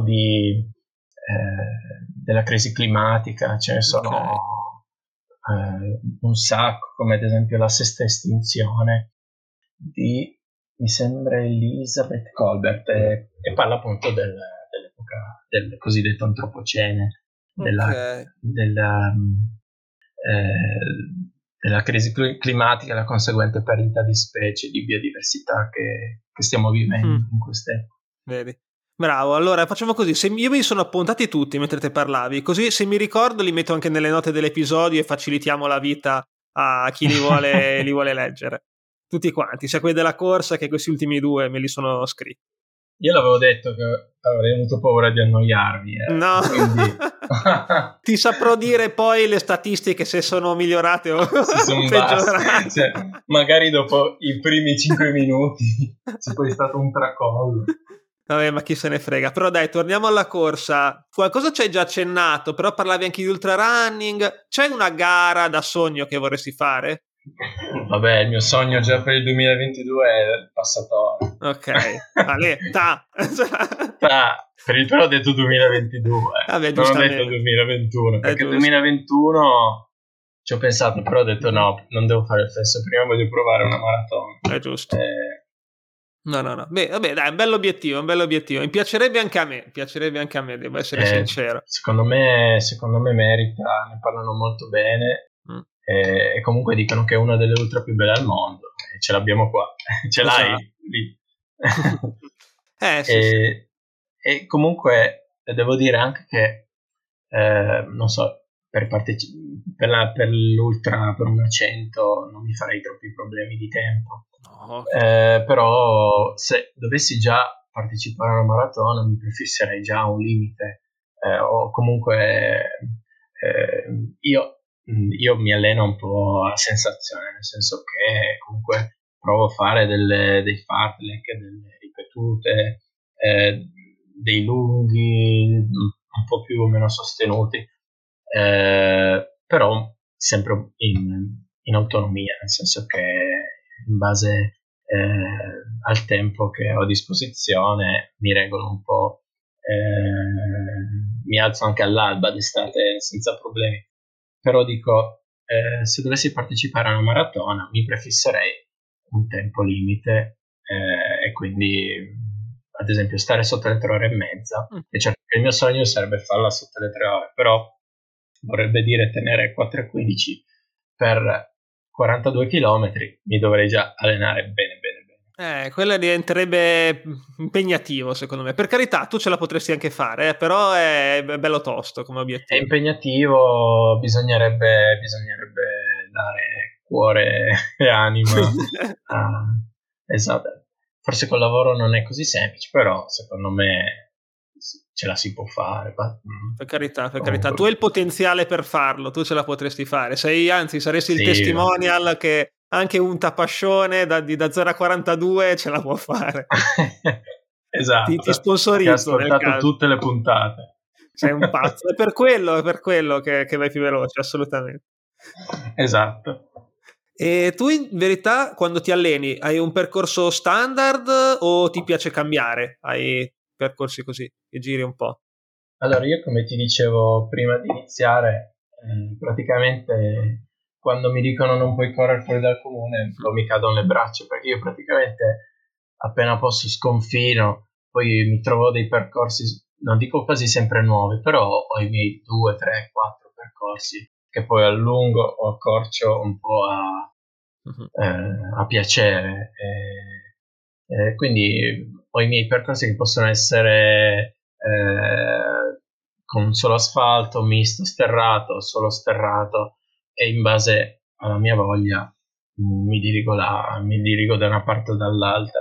della crisi climatica, ce ne sono un sacco, come ad esempio La sesta estinzione di, mi sembra, Elizabeth Colbert, e parla appunto dell'epoca del cosiddetto antropocene, della crisi climatica e la conseguente perdita di specie, di biodiversità che stiamo vivendo in queste. Vedi? Bravo, allora facciamo così, io mi sono appuntati tutti mentre te parlavi, così se mi ricordo li metto anche nelle note dell'episodio e facilitiamo la vita a chi li vuole leggere. Tutti quanti, sia quelli della corsa che questi ultimi due me li sono scritti. Io l'avevo detto che avrei avuto paura di annoiarvi. No, quindi ti saprò dire poi le statistiche se sono migliorate o peggiorate. Cioè, magari dopo i primi 5 minuti c'è poi stato un tracollo. Vabbè, ma chi se ne frega. Però dai, torniamo alla corsa. Qualcosa ci hai già accennato, però parlavi anche di ultrarunning. C'è una gara da sogno che vorresti fare? Vabbè, il mio sogno già per il 2022 è il passatorio. Ok, vale, però ho detto 2022. Vabbè, non ho detto 2021, perché 2021 ci ho pensato, però ho detto no, non devo fare il fesso, prima voglio provare una maratona. È giusto. No. Beh, vabbè, dai, un bello obiettivo. Mi piacerebbe anche a me, devo essere sincero. Secondo me merita, ne parlano molto bene. E comunque dicono che è una delle ultra più belle al mondo, e ce l'abbiamo qua. Ce l'hai lì. Sì. E comunque devo dire anche che non so, per l'ultra, per una 100 non mi farei troppi problemi di tempo. Però se dovessi già partecipare a una maratona mi prefisserei già un limite, o comunque io mi alleno un po' a sensazione, nel senso che comunque provo a fare dei fartlek, delle ripetute, dei lunghi un po' più o meno sostenuti, però sempre in autonomia, nel senso che in base al tempo che ho a disposizione mi regolo un po', mi alzo anche all'alba d'estate senza problemi. Però dico, se dovessi partecipare a una maratona mi prefisserei un tempo limite, e quindi ad esempio stare sotto le 3 ore e mezza. E certo che il mio sogno sarebbe farla sotto le 3 ore, però vorrebbe dire tenere 4,15 per 42 km, mi dovrei già allenare bene. Quella diventerebbe impegnativo, secondo me. Per carità, tu ce la potresti anche fare, però è bello tosto come obiettivo. È impegnativo, bisognerebbe dare cuore e anima. Esatto. Forse col lavoro non è così semplice, però secondo me ce la si può fare. Per carità. Tu hai il potenziale per farlo, tu ce la potresti fare. Saresti il testimonial che anche un tapascione da 0 a 42 ce la può fare. Esatto. Ti sponsorizzo. Ho ascoltato tutte le puntate. Sei un pazzo. È per quello che vai più veloce, assolutamente. Esatto. E tu in verità quando ti alleni hai un percorso standard o ti piace cambiare? percorsi così, che giri un po'? Allora, io come ti dicevo prima di iniziare, praticamente quando mi dicono non puoi correre fuori dal comune, un po' mi cadono le braccia, perché io praticamente appena posso sconfino, poi mi trovo dei percorsi, non dico quasi sempre nuovi, però ho i miei 2, 3, 4 percorsi che poi allungo o accorcio un po' a piacere. Quindi ho i miei percorsi che possono essere con solo asfalto, misto, sterrato, solo sterrato, e in base alla mia voglia mi dirigo da una parte o dall'altra.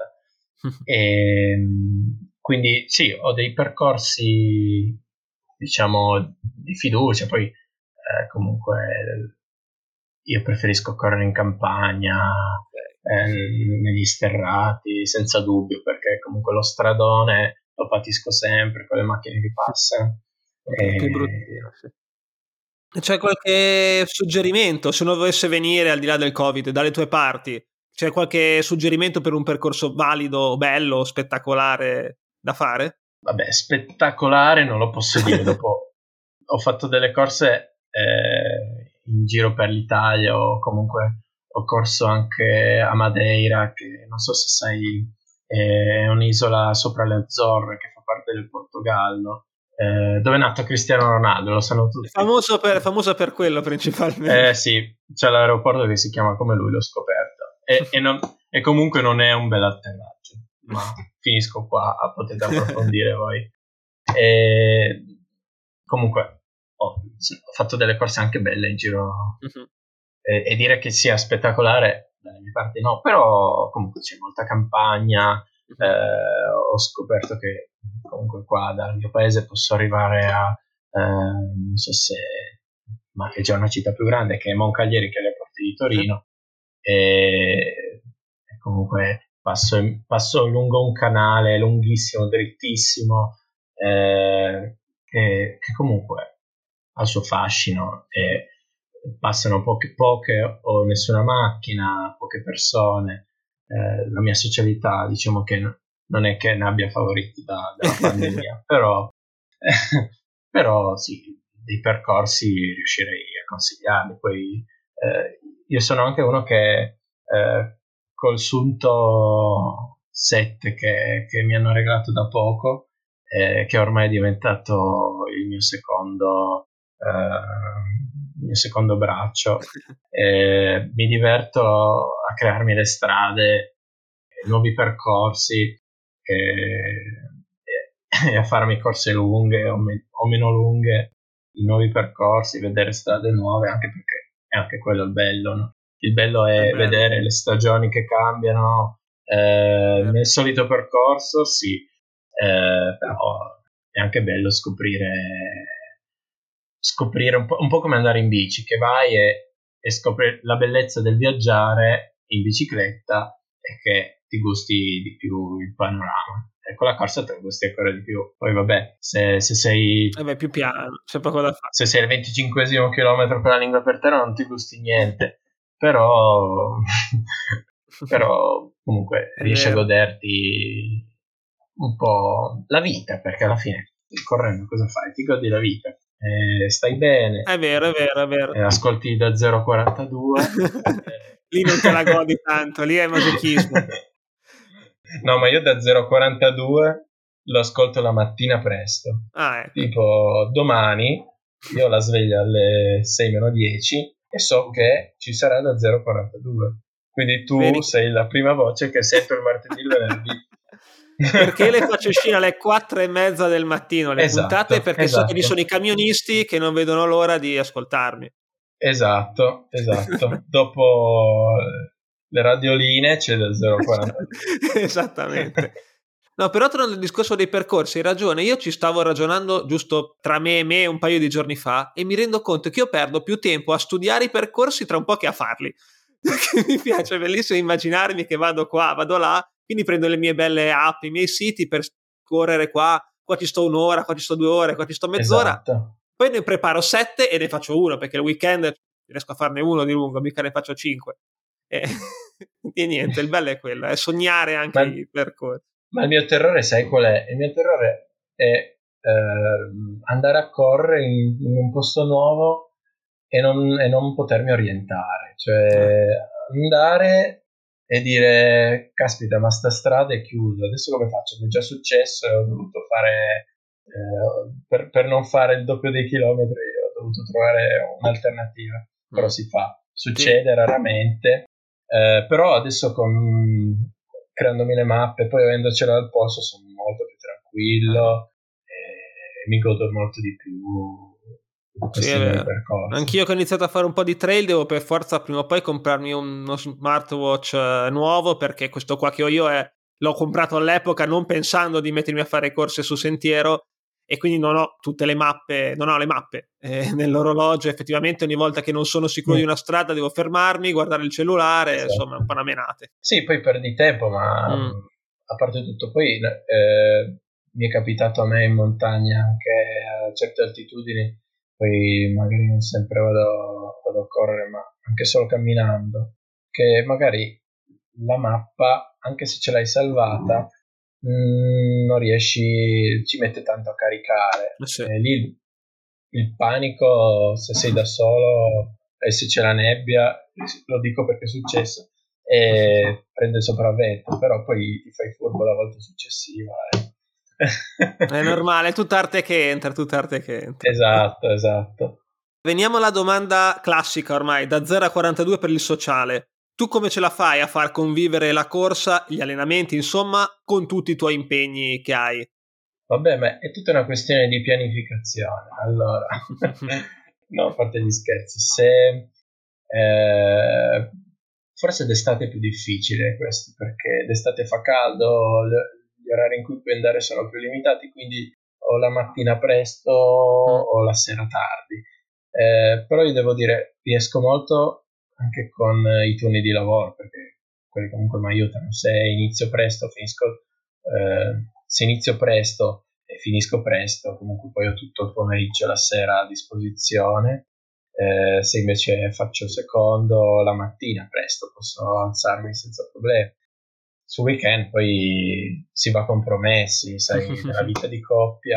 Quindi sì, ho dei percorsi, diciamo, di fiducia, poi comunque io preferisco correre in campagna, negli sterrati, senza dubbio, perché comunque lo stradone lo patisco sempre con le macchine che passano. Più bruttino, sì. C'è qualche suggerimento, se uno dovesse venire al di là del Covid, dalle tue parti, c'è qualche suggerimento per un percorso valido, bello, spettacolare da fare? Vabbè, spettacolare non lo posso dire, dopo ho fatto delle corse in giro per l'Italia, o comunque ho corso anche a Madeira, che non so se sai, è un'isola sopra le Azzorre che fa parte del Portogallo, dove è nato Cristiano Ronaldo, lo sanno tutti. Famoso per quello principalmente. Sì, c'è l'aeroporto che si chiama come lui, l'ho scoperto. E comunque non è un bel atterraggio, ma finisco qua, potete approfondire voi. Comunque ho fatto delle corse anche belle in giro, e dire che sia spettacolare dalle mie parti no, però comunque c'è molta campagna. Ho scoperto che comunque qua dal mio paese posso arrivare a non so se, ma è già una città più grande, che è Moncalieri, che è alle porte di Torino, e comunque passo lungo un canale lunghissimo, drittissimo, che comunque ha il suo fascino, e passano poche o nessuna macchina, poche persone. La mia socialità, diciamo che non è che ne abbia favoriti dalla pandemia, però sì, dei percorsi riuscirei a consigliarli. Poi io sono anche uno che col Sunto 7 che mi hanno regalato da poco, che ormai è diventato il mio secondo braccio, mi diverto a crearmi le strade, nuovi percorsi, e a farmi corse lunghe o meno lunghe, i nuovi percorsi, vedere strade nuove, anche perché è anche quello il bello, no? Il bello è vedere le stagioni che cambiano, nel solito percorso, sì, però è anche bello scoprire un po' come andare in bici, che vai e scopri la bellezza del viaggiare in bicicletta, e che ti gusti di più il panorama. E con la corsa te lo gusti ancora di più. Poi vabbè, se sei più piano, c'è poco da fare. Se sei al 25esimo chilometro con la lingua per terra non ti gusti niente, però comunque riesci a goderti un po' la vita, perché alla fine correndo cosa fai? Ti godi la vita, stai bene, è vero, ascolti da 0,42. Lì non te la godi tanto, lì è masochismo. No, ma io da 0,42 lo ascolto la mattina presto. Ecco. Tipo domani io ho la sveglia alle 6:10 e so che ci sarà da 0,42. Quindi tu sei la prima voce che sento il martedì e il venerdì. Perché le faccio uscire alle 4:30 del mattino le puntate, perché so che ci sono i camionisti che non vedono l'ora di ascoltarmi. Esatto. Dopo le radioline c'è da 0,42. Esattamente. No, però tornando al discorso dei percorsi, hai ragione, io ci stavo ragionando giusto tra me e me un paio di giorni fa, e mi rendo conto che io perdo più tempo a studiare i percorsi tra un po' che a farli. Perché mi piace, è bellissimo immaginarmi che vado qua, vado là, quindi prendo le mie belle app, i miei siti per correre qua ci sto un'ora, qua ci sto 2 ore, qua ci sto mezz'ora. Esatto. Poi ne preparo 7 e ne faccio uno, perché il weekend riesco a farne uno di lungo, mica ne faccio 5. E niente, il bello è quello, è sognare anche i percorsi. Ma il mio terrore, sai qual è? Il mio terrore è andare a correre in un posto nuovo e non potermi orientare. Cioè, andare e dire, caspita, ma sta strada è chiusa, adesso come faccio? Mi è già successo e ho dovuto fare, per non fare il doppio dei chilometri, ho dovuto trovare un'alternativa. Però si fa, succede raramente. Però adesso creandomi le mappe, poi avendocela al posto, sono molto più tranquillo e mi godo molto di più questi nuovi percorsi. Anch'io che ho iniziato a fare un po' di trail devo per forza prima o poi comprarmi uno smartwatch nuovo, perché questo qua che ho io l'ho comprato all'epoca non pensando di mettermi a fare corse su sentiero, e quindi non ho tutte le mappe, non ho le mappe nell'orologio. Effettivamente ogni volta che non sono sicuro di una strada devo fermarmi, guardare il cellulare, esatto. Insomma, un po' una menate. Sì, poi perdi tempo, ma a parte tutto, poi mi è capitato a me in montagna anche a certe altitudini, poi magari non sempre vado a correre, ma anche solo camminando, che magari la mappa, anche se ce l'hai salvata, non riesci, ci mette tanto a caricare. Sì. Lì il panico, se sei da solo e se c'è la nebbia, lo dico perché è successo, e prende sopravvento, però poi ti fai furbo la volta successiva. È normale, tutta arte che entra. Esatto. Veniamo alla domanda classica ormai, da 0 a 42 per il sociale. Tu come ce la fai a far convivere la corsa, gli allenamenti, insomma, con tutti i tuoi impegni che hai? Vabbè, ma è tutta una questione di pianificazione. Allora, no, a parte gli scherzi, forse d'estate è più difficile questo, perché d'estate fa caldo, gli orari in cui puoi andare sono più limitati, quindi o la mattina presto o la sera tardi. Però io devo dire, riesco molto anche con i turni di lavoro, perché quelli comunque mi aiutano. Se inizio presto e finisco presto, comunque poi ho tutto il pomeriggio e la sera a disposizione. Se invece faccio secondo, la mattina presto posso alzarmi senza problemi. Sul weekend poi si va compromessi, sai, nella vita di coppia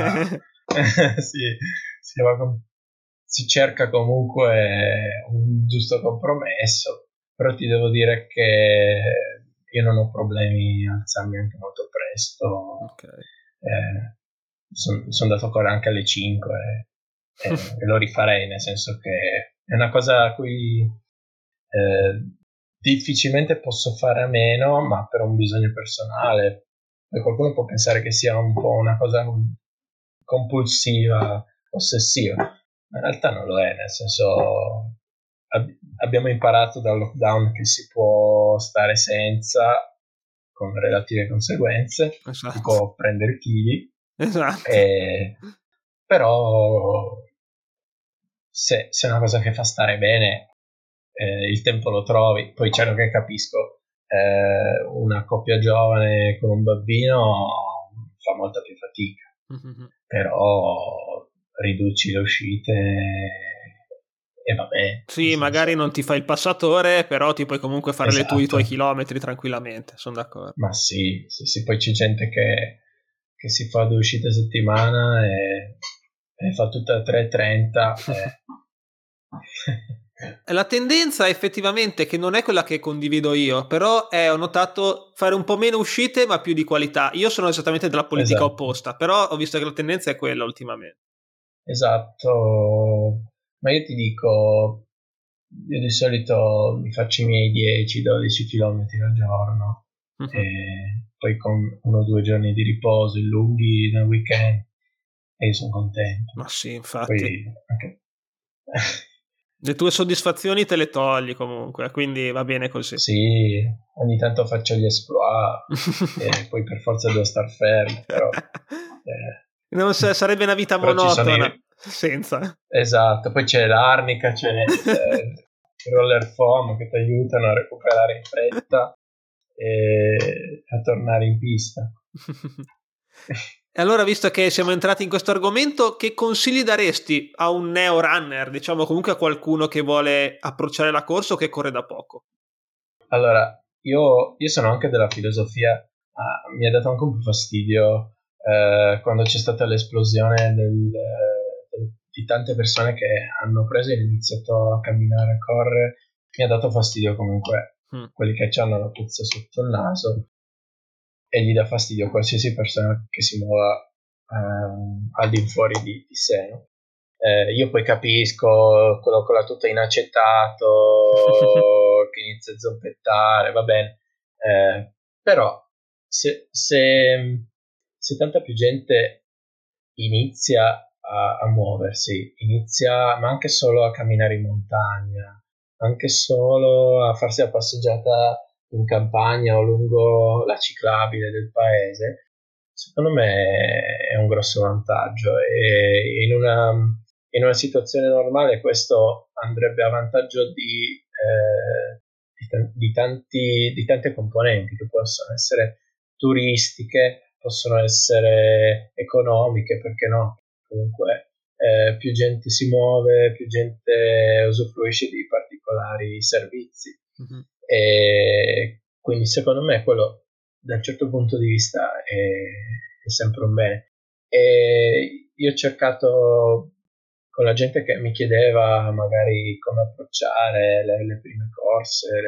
si cerca comunque un giusto compromesso, però ti devo dire che io non ho problemi a alzarmi anche molto presto. Okay. Sono andato a correre anche alle 5 e lo rifarei, nel senso che è una cosa a cui difficilmente posso fare a meno, ma per un bisogno personale. Poi qualcuno può pensare che sia un po' una cosa compulsiva, ossessiva, ma in realtà non lo è, nel senso abbiamo imparato dal lockdown che si può stare senza, con relative conseguenze, esatto. Si può prendere chili, esatto. Però se è una cosa che fa stare bene, il tempo lo trovi. Poi certo che capisco, una coppia giovane con un bambino fa molta più fatica, però riduci le uscite e va bene. Sì, magari non ti fai il passatore, però ti puoi comunque fare i tuoi chilometri tranquillamente, sono d'accordo. Ma sì, poi c'è gente che si fa 2 uscite a settimana e fa tutta a 3:30. La tendenza effettivamente che non è quella che condivido io, però ho notato fare un po' meno uscite ma più di qualità. Io sono esattamente della politica opposta, però ho visto che la tendenza è quella ultimamente. Esatto, ma io ti dico, io di solito mi faccio i miei 10-12 km al giorno, e poi con 1 o 2 giorni di riposo lunghi nel weekend, e io sono contento. Ma sì, infatti. Poi anche le tue soddisfazioni te le togli comunque, quindi va bene così. Sì, ogni tanto faccio gli exploit e poi per forza devo star fermo, però non sarebbe una vita monotona senza. Esatto, poi c'è l'arnica, c'è il roller foam che ti aiutano a recuperare in fretta e a tornare in pista. E allora, visto che siamo entrati in questo argomento, che consigli daresti a un neo runner, diciamo comunque a qualcuno che vuole approcciare la corsa o che corre da poco? Allora, io sono anche della filosofia mi ha dato anche un po' fastidio quando c'è stata l'esplosione di tante persone che hanno preso e hanno iniziato a camminare, a correre. Mi ha dato fastidio comunque quelli che hanno la puzza sotto il naso, e gli dà fastidio qualsiasi persona che si muova all'infuori di sé, no? Io poi capisco quello con la tuta in acetato che inizia a zoppettare, va bene, però se tanta più gente inizia a muoversi, inizia ma anche solo a camminare in montagna, anche solo a farsi la passeggiata in campagna o lungo la ciclabile del paese, secondo me è un grosso vantaggio, e in una situazione normale questo andrebbe a vantaggio di tante componenti, che possono essere turistiche, possono essere economiche, perché no? Comunque più gente si muove, più gente usufruisce di particolari servizi. E quindi secondo me quello, da un certo punto di vista, è sempre un bene. E io ho cercato, con la gente che mi chiedeva magari come approcciare le prime corse,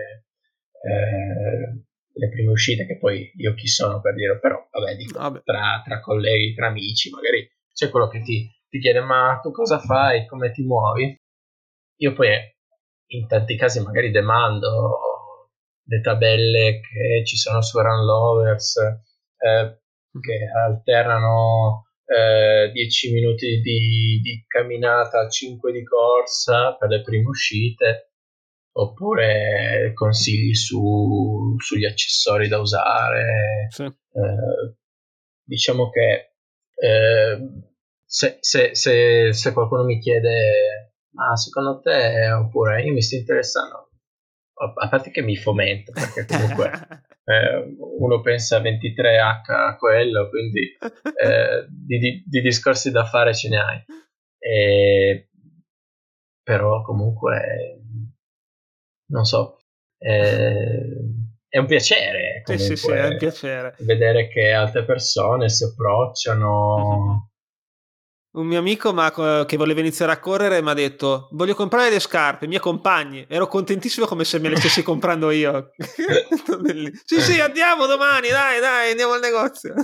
le prime uscite, che poi io chi sono per dire, però vabbè, dico, tra colleghi, tra amici, magari c'è quello che ti chiede: ma tu cosa fai, come ti muovi? Io poi in tanti casi magari demando le tabelle che ci sono su Run Lovers, che alternano 10 minuti di camminata, 5 di corsa per le prime uscite, oppure consigli sugli accessori da usare. Sì. Diciamo che se qualcuno mi chiede: ma secondo te, oppure io mi sto interessando, a parte che mi fomento, perché comunque uno pensa 23H a quello, quindi di discorsi da fare ce ne hai, però comunque non so, è un piacere comunque, sì, è un piacere vedere che altre persone si approcciano. Un mio amico che voleva iniziare a correre mi ha detto: voglio comprare le scarpe, mi accompagni? Ero contentissimo, come se me le stessi comprando io. Sì, andiamo domani, dai, andiamo al negozio.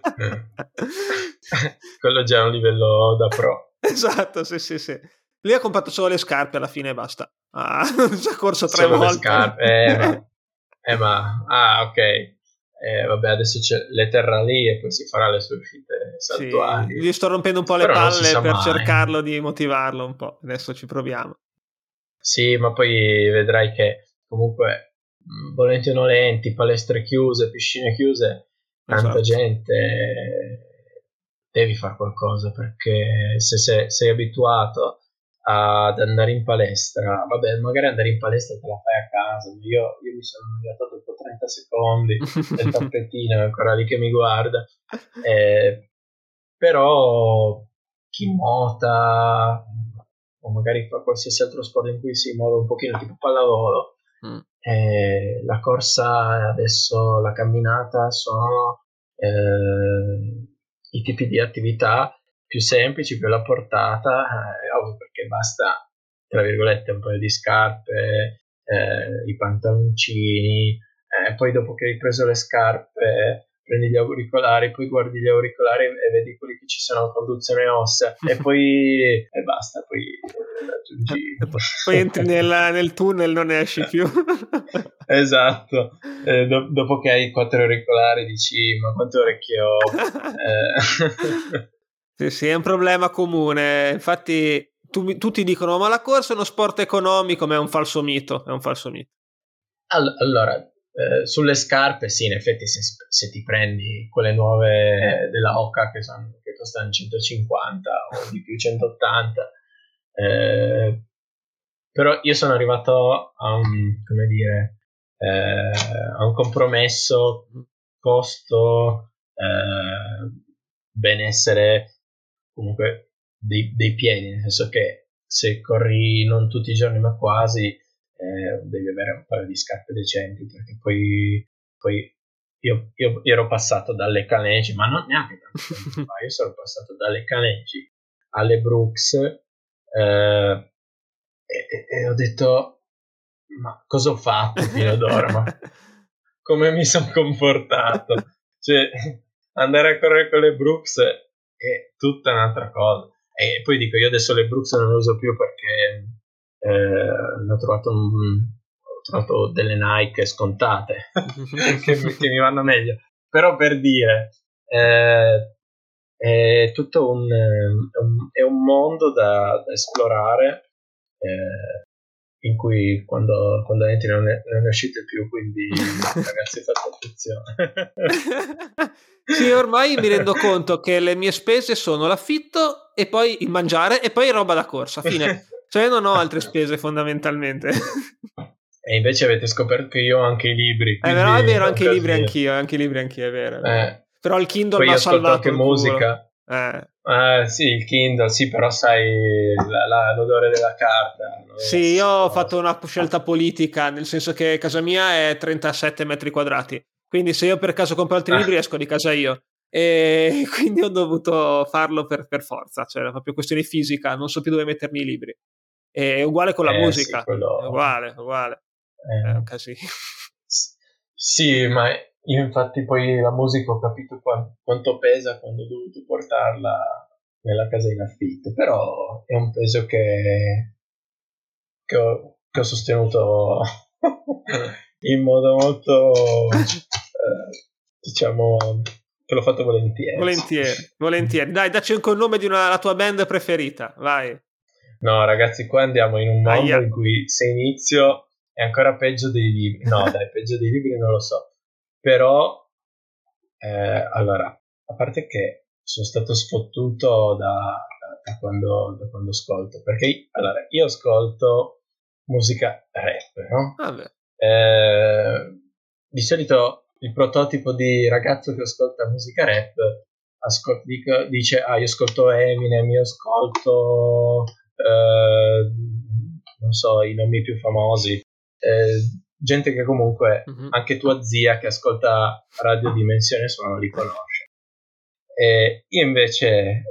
Quello già è un livello da pro. Esatto, sì. Lui ha comprato solo le scarpe alla fine e basta. Non ci ha corso 3 solo volte. Le scarpe, ok. Vabbè, adesso le terrà lì e poi si farà le sue uscite saltuari. Sì, gli sto rompendo un po' le Però palle per mai. cercarlo di motivarlo un po'. Adesso ci proviamo. Sì, ma poi vedrai che comunque, volenti o nolenti, palestre chiuse, piscine chiuse, tanta gente, devi fare qualcosa, perché se sei abituato ad andare in palestra, vabbè, magari andare in palestra te la fai a casa, ma io mi sono annoiato dopo 30 secondi, il tappetino è ancora lì che mi guarda, però chi nuota o magari fa qualsiasi altro sport in cui si muove un pochino, tipo pallavolo, la corsa adesso, la camminata sono i tipi di attività più semplici, più alla portata, ovvio, perché basta, tra virgolette, un paio di scarpe, i pantaloncini, poi dopo che hai preso le scarpe prendi gli auricolari, poi guardi gli auricolari e vedi quelli che ci sono a conduzione ossea, e poi e basta, poi raggiungi. Poi entri nel tunnel, non ne esci più. Esatto, dopo che hai 4 auricolari dici: ma quante orecchie ho? Sì, è un problema comune. Infatti tutti dicono: ma la corsa è uno sport economico, ma è un falso mito. Allora, sulle scarpe sì, in effetti se ti prendi quelle nuove della Hoka che costano 150 o di più 180, però io sono arrivato a un compromesso costo, benessere comunque dei piedi, nel senso che se corri non tutti i giorni ma quasi, devi avere un paio di scarpe decenti, perché poi io ero passato dalle Canegi, ma non neanche tanto tempo fa, io sono passato dalle Canegi alle Brooks, e ho detto, ma cosa ho fatto fino ad ora? Ma come mi sono comportato? Cioè, andare a correre con le Brooks è tutta un'altra cosa. E poi dico, io adesso le Brooks non le uso più perché ho trovato delle Nike scontate che mi vanno meglio. Però per dire, è tutto è un mondo da esplorare, in cui quando entri non ne uscite più, quindi ragazzi fate attenzione. Sì, ormai mi rendo conto che le mie spese sono l'affitto e poi il mangiare e poi roba da corsa, fine. Cioè non ho altre spese fondamentalmente. E invece avete scoperto che io ho anche i libri, quindi Però è vero, è un anche i libri casino. anch'io, è vero, è vero. Però il Kindle Poi mi io ha ascolto salvato anche il culo. musica. Sì, il Kindle, sì, però sai l'odore della carta. Non Sì, è la io stessa ho cosa. fatto una scelta politica, nel senso che casa mia è 37 metri quadrati, quindi se io per caso compro altri libri esco di casa io. E quindi ho dovuto farlo per forza, cioè era proprio questione fisica, non so più dove mettermi i libri. È uguale con la Sì, musica, è quello. uguale, è un eh, casino. sì, ma io infatti poi la musica ho capito quanto pesa quando ho dovuto portarla nella casa in affitto, però è un peso che ho sostenuto in modo molto, diciamo, che l'ho fatto volentieri. Volentieri. Dai, dacci anche il nome di la tua band preferita, vai. No, ragazzi, qua andiamo in un mondo Aia. in cui se inizio è ancora peggio dei libri. No, dai, peggio dei libri non lo so. Però, allora, a parte che sono stato sfottuto da quando ascolto, perché allora, io ascolto musica rap, no? Vabbè. Di solito il prototipo di ragazzo che ascolta musica rap dice, io ascolto Eminem, io ascolto non so, i nomi più famosi, gente che comunque anche tua zia che ascolta Radio Dimensione Suono li conosce. Io invece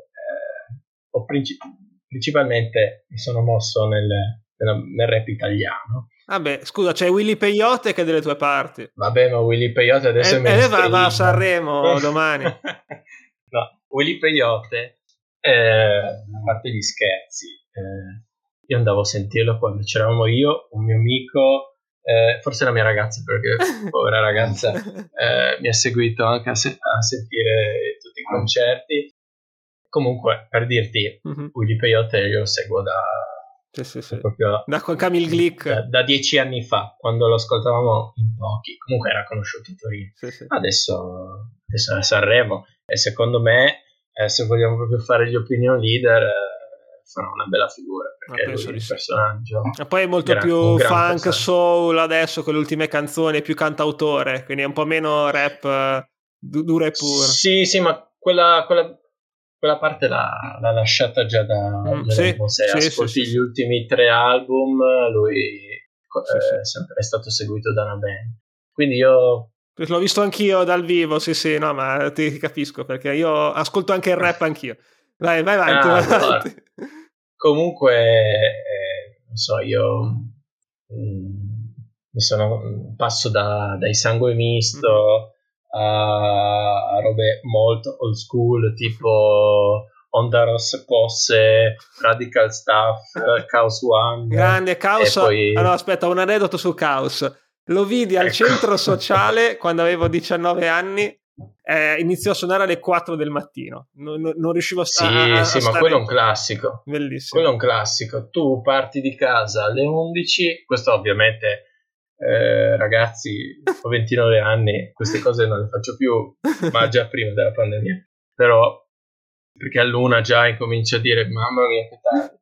principalmente mi sono mosso nel rap italiano. Vabbè, scusa, c'è Willy Peyote che è delle tue parti. Vabbè, ma Willy Peyote adesso è mainstream. Va a Sanremo domani. No, Willy Peyote, a parte gli scherzi, io andavo a sentirlo quando c'eravamo io, un mio amico, forse la mia ragazza, perché povera ragazza mi ha seguito anche a sentire tutti i concerti. Comunque, per dirti, Willy Peyote io lo seguo sì. proprio Da Camille Glick da 10 anni fa, quando lo ascoltavamo in pochi. Comunque era conosciuto a Torino. Sì. Adesso è a Sanremo, e secondo me, se vogliamo proprio fare gli opinion leader, farà una bella figura, perché lui è un personaggio. E poi è molto più funk, soul adesso con le ultime canzoni, è più cantautore, quindi è un po' meno rap duro e puro. Sì, ma quella parte l'ha lasciata già da un po'. Se ascolti gli ultimi 3 album, lui è stato seguito da una band. Quindi io l'ho visto anch'io dal vivo, sì, no, ma ti capisco, perché io ascolto anche il rap anch'io. Vai avanti. Comunque, non so, io passo dai Sangue Misto a robe molto old school, tipo Onda Rosse Posse, Radical Stuff, Chaos One. Grande Chaos. Poi... Allora, aspetta, un aneddoto su Chaos. Lo vidi al centro sociale quando avevo 19 anni. Iniziò a suonare alle 4 del mattino. Non riuscivo a stare. Sì, ma quello è un classico. Bellissimo. Quello è un classico. Tu parti di casa alle 11. Questo ovviamente, ragazzi, ho 29 anni, queste cose non le faccio più, ma già prima della pandemia. Però, perché all'1 già incomincio a dire, mamma mia, che tardi.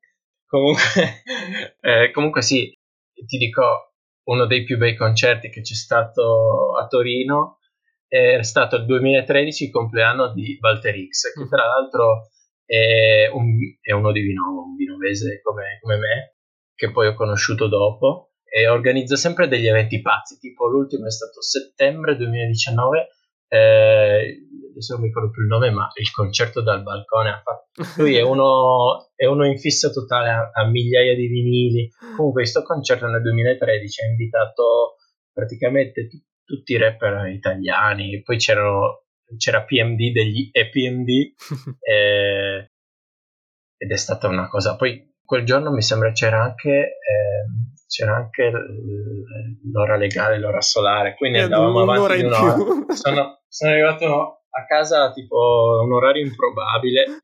Comunque sì, ti dico, uno dei più bei concerti che c'è stato a Torino è stato il 2013, il compleanno di Walter X, che tra l'altro è uno di Vinovo, un vinovese come me, che poi ho conosciuto dopo, e organizza sempre degli eventi pazzi, tipo l'ultimo è stato settembre 2019, adesso non mi ricordo più il nome, ma il concerto dal balcone ha fatto. Lui è uno in fissa totale, ha migliaia di vinili. Comunque questo concerto nel 2013 ha invitato praticamente tutti i rapper italiani, poi c'era PMD degli EPMD, ed è stata una cosa. Poi quel giorno mi sembra c'era anche l'ora legale, l'ora solare, quindi andavamo avanti di un'ora. Sono arrivato a casa tipo un orario improbabile,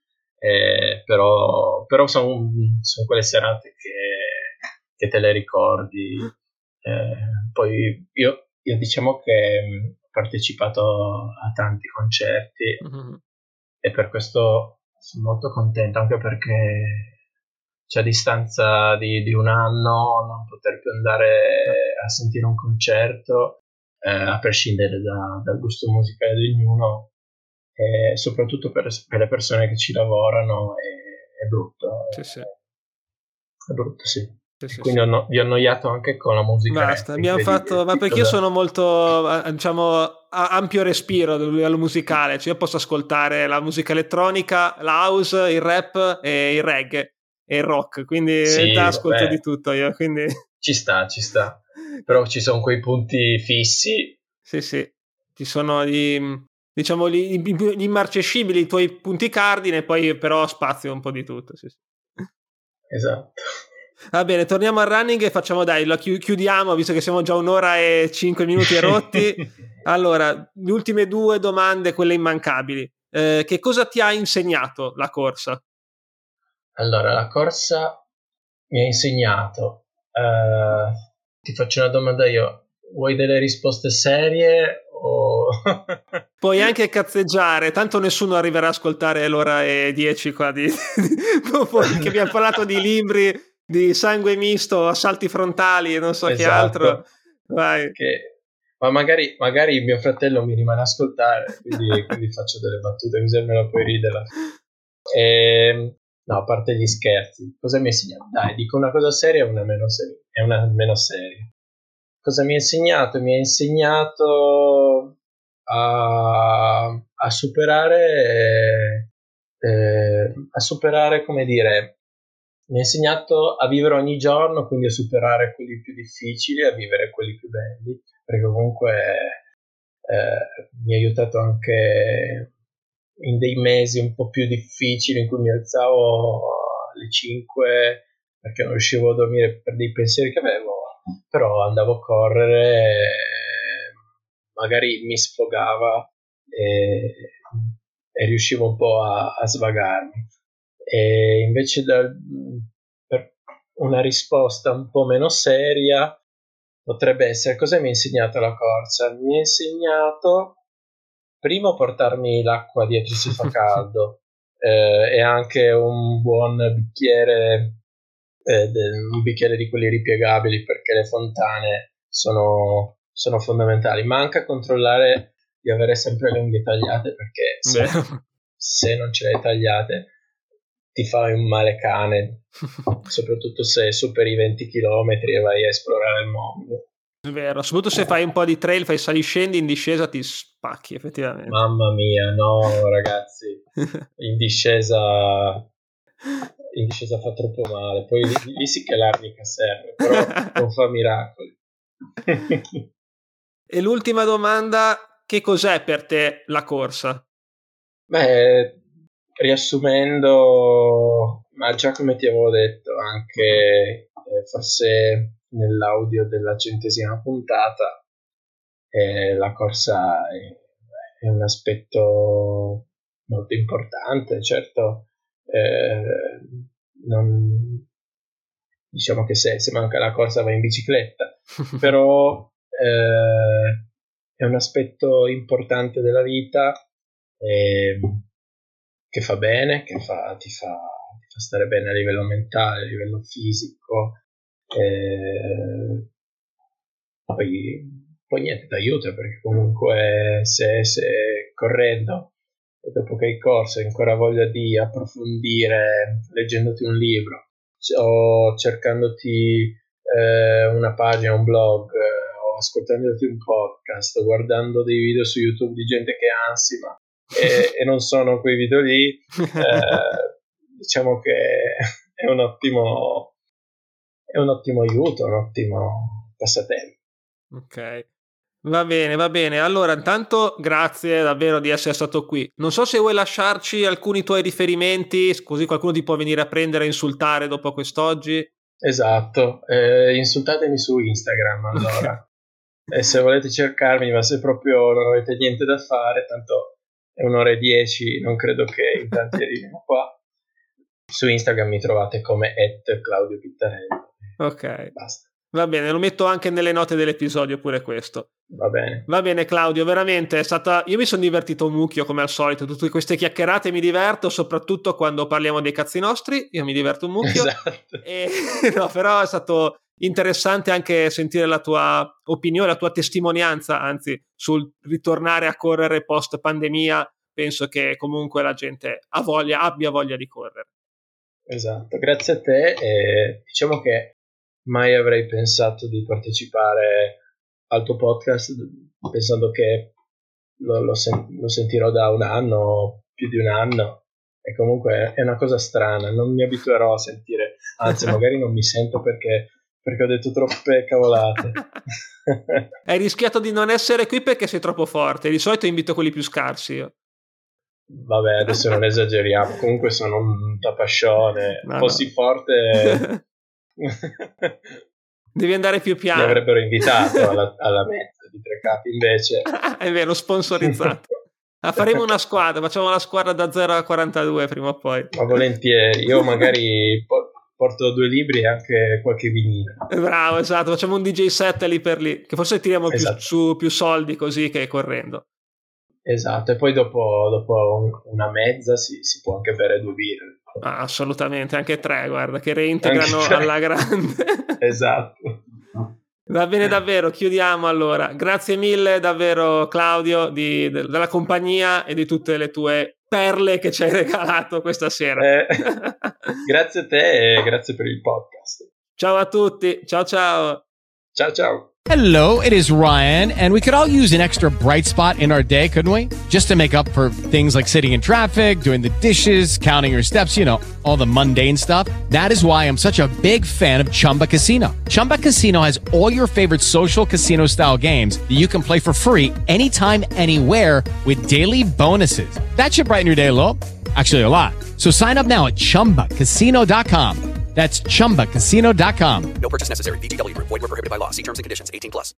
però sono quelle serate che te le ricordi. Poi io diciamo che ho partecipato a tanti concerti, e per questo sono molto contento, anche perché c'è a distanza di un anno non poter più andare a sentire un concerto, a prescindere dal gusto musicale di ognuno, e soprattutto per le persone che ci lavorano è brutto. Sì. È brutto, sì. Sì, quindi vi ho annoiato anche con la musica. Basta, abbiamo fatto, ma perché io sono molto, diciamo, ampio respiro a livello musicale, cioè io posso ascoltare la musica elettronica, la house, il rap e il reggae e il rock, quindi sì, ascolto di tutto io, quindi ci sta, però ci sono quei punti fissi. Sì, ci sono diciamo gli immarcescibili, i tuoi punti cardine, poi però spazio un po' di tutto, sì. Esatto. Va bene, torniamo al running e facciamo, chiudiamo, visto che siamo già 1 ora e 5 minuti erotti. Allora, le ultime 2 domande, quelle immancabili. Che cosa ti ha insegnato la corsa? Allora, la corsa mi ha insegnato. Ti faccio una domanda io. Vuoi delle risposte serie o... Puoi anche cazzeggiare, tanto nessuno arriverà a ascoltare l'ora e 10 qua dopo che abbiamo parlato di libri, di sangue misto, assalti frontali e non so che altro. Vai. Ma magari mio fratello mi rimane a ascoltare, quindi faccio delle battute così almeno poi ridere. No, a parte gli scherzi, cosa mi ha insegnato? Dai, dico una cosa seria e una meno seria. E una meno seria. Cosa mi ha insegnato? Mi ha insegnato a superare, come dire, mi ha insegnato a vivere ogni giorno, quindi a superare quelli più difficili, a vivere quelli più belli, perché comunque mi ha aiutato anche in dei mesi un po' più difficili in cui mi alzavo alle 5 perché non riuscivo a dormire per dei pensieri che avevo, però andavo a correre, magari mi sfogava e riuscivo un po' a svagarmi. E invece per una risposta un po' meno seria potrebbe essere: cosa mi ha insegnato la corsa? Mi ha insegnato primo portarmi l'acqua dietro se fa caldo, e anche un buon bicchiere, un bicchiere di quelli ripiegabili, perché le fontane sono fondamentali, ma anche a controllare di avere sempre le unghie tagliate, perché se non ce le hai tagliate ti fai un male cane, soprattutto se superi i 20 km e vai a esplorare il mondo. È vero, soprattutto se fai un po' di trail, fai saliscendi, in discesa ti spacchi effettivamente. Mamma mia, no ragazzi, in discesa fa troppo male, poi lì sì che l'arnica serve, però non fa miracoli. E l'ultima domanda, che cos'è per te la corsa? Beh, riassumendo, ma già come ti avevo detto anche forse nell'audio della 100ª puntata, la corsa è un aspetto molto importante. Certo, diciamo che se manca la corsa vai in bicicletta, però è un aspetto importante della vita, che fa bene, ti fa stare bene a livello mentale, a livello fisico, poi niente, ti aiuta, perché comunque se correndo e dopo che hai corso hai ancora voglia di approfondire leggendoti un libro o cercandoti una pagina, un blog, ascoltandoti un podcast, guardando dei video su YouTube di gente che ansima e non sono quei video lì, diciamo che è un ottimo aiuto, un ottimo passatempo. Ok, va bene. Allora, intanto grazie davvero di essere stato qui. Non so se vuoi lasciarci alcuni tuoi riferimenti, così qualcuno ti può venire a prendere e insultare dopo quest'oggi. Esatto, insultatemi su Instagram allora. E se volete cercarmi, ma se proprio non avete niente da fare, tanto è 1:10, non credo che in tanti arrivino qua. Su Instagram mi trovate come @ClaudioPittarello. Ok, basta. Va bene, lo metto anche nelle note dell'episodio pure questo. Va bene Claudio, veramente è stata, io mi sono divertito un mucchio come al solito, tutte queste chiacchierate mi diverto, soprattutto quando parliamo dei cazzi nostri, io mi diverto un mucchio. Esatto. No, però è stato interessante anche sentire la tua opinione, la tua testimonianza, anzi, sul ritornare a correre post pandemia. Penso che comunque la gente abbia voglia di correre. Esatto, grazie a te, e diciamo che mai avrei pensato di partecipare al tuo podcast, pensando che lo sentirò da un anno, più di un anno, e comunque è una cosa strana, non mi abituerò a sentire, anzi magari non mi sento perché ho detto troppe cavolate. Hai rischiato di non essere qui perché sei troppo forte, di solito invito quelli più scarsi io. Vabbè, adesso non esageriamo, comunque sono un tapascione, fossi forte devi andare più piano. Mi avrebbero invitato alla mezza di 3 capi, invece è vero, sponsorizzato. Faremo una squadra, facciamo la squadra da 0 a 42 prima o poi. Ma volentieri, io magari porto 2 libri e anche qualche vinile. Bravo, esatto, facciamo un DJ set lì per lì, che forse tiriamo più soldi così che correndo. Esatto, e poi dopo una mezza si può anche bere 2 birre. Assolutamente, anche 3, guarda, che reintegrano alla grande. Esatto. Va bene, davvero, chiudiamo allora. Grazie mille davvero Claudio della compagnia e di tutte le tue perle che ci hai regalato questa sera. Grazie a te e grazie per il podcast. Ciao a tutti, ciao. Ciao. Hello, it is Ryan, and we could all use an extra bright spot in our day, couldn't we? Just to make up for things like sitting in traffic, doing the dishes, counting your steps, all the mundane stuff. That is why I'm such a big fan of Chumba Casino. Chumba Casino has all your favorite social casino-style games that you can play for free anytime, anywhere with daily bonuses. That should brighten your day a little. Actually, a lot. So sign up now at ChumbaCasino.com. That's ChumbaCasino.com. No purchase necessary. VGW Group. Void where prohibited by law. See terms and conditions. 18+.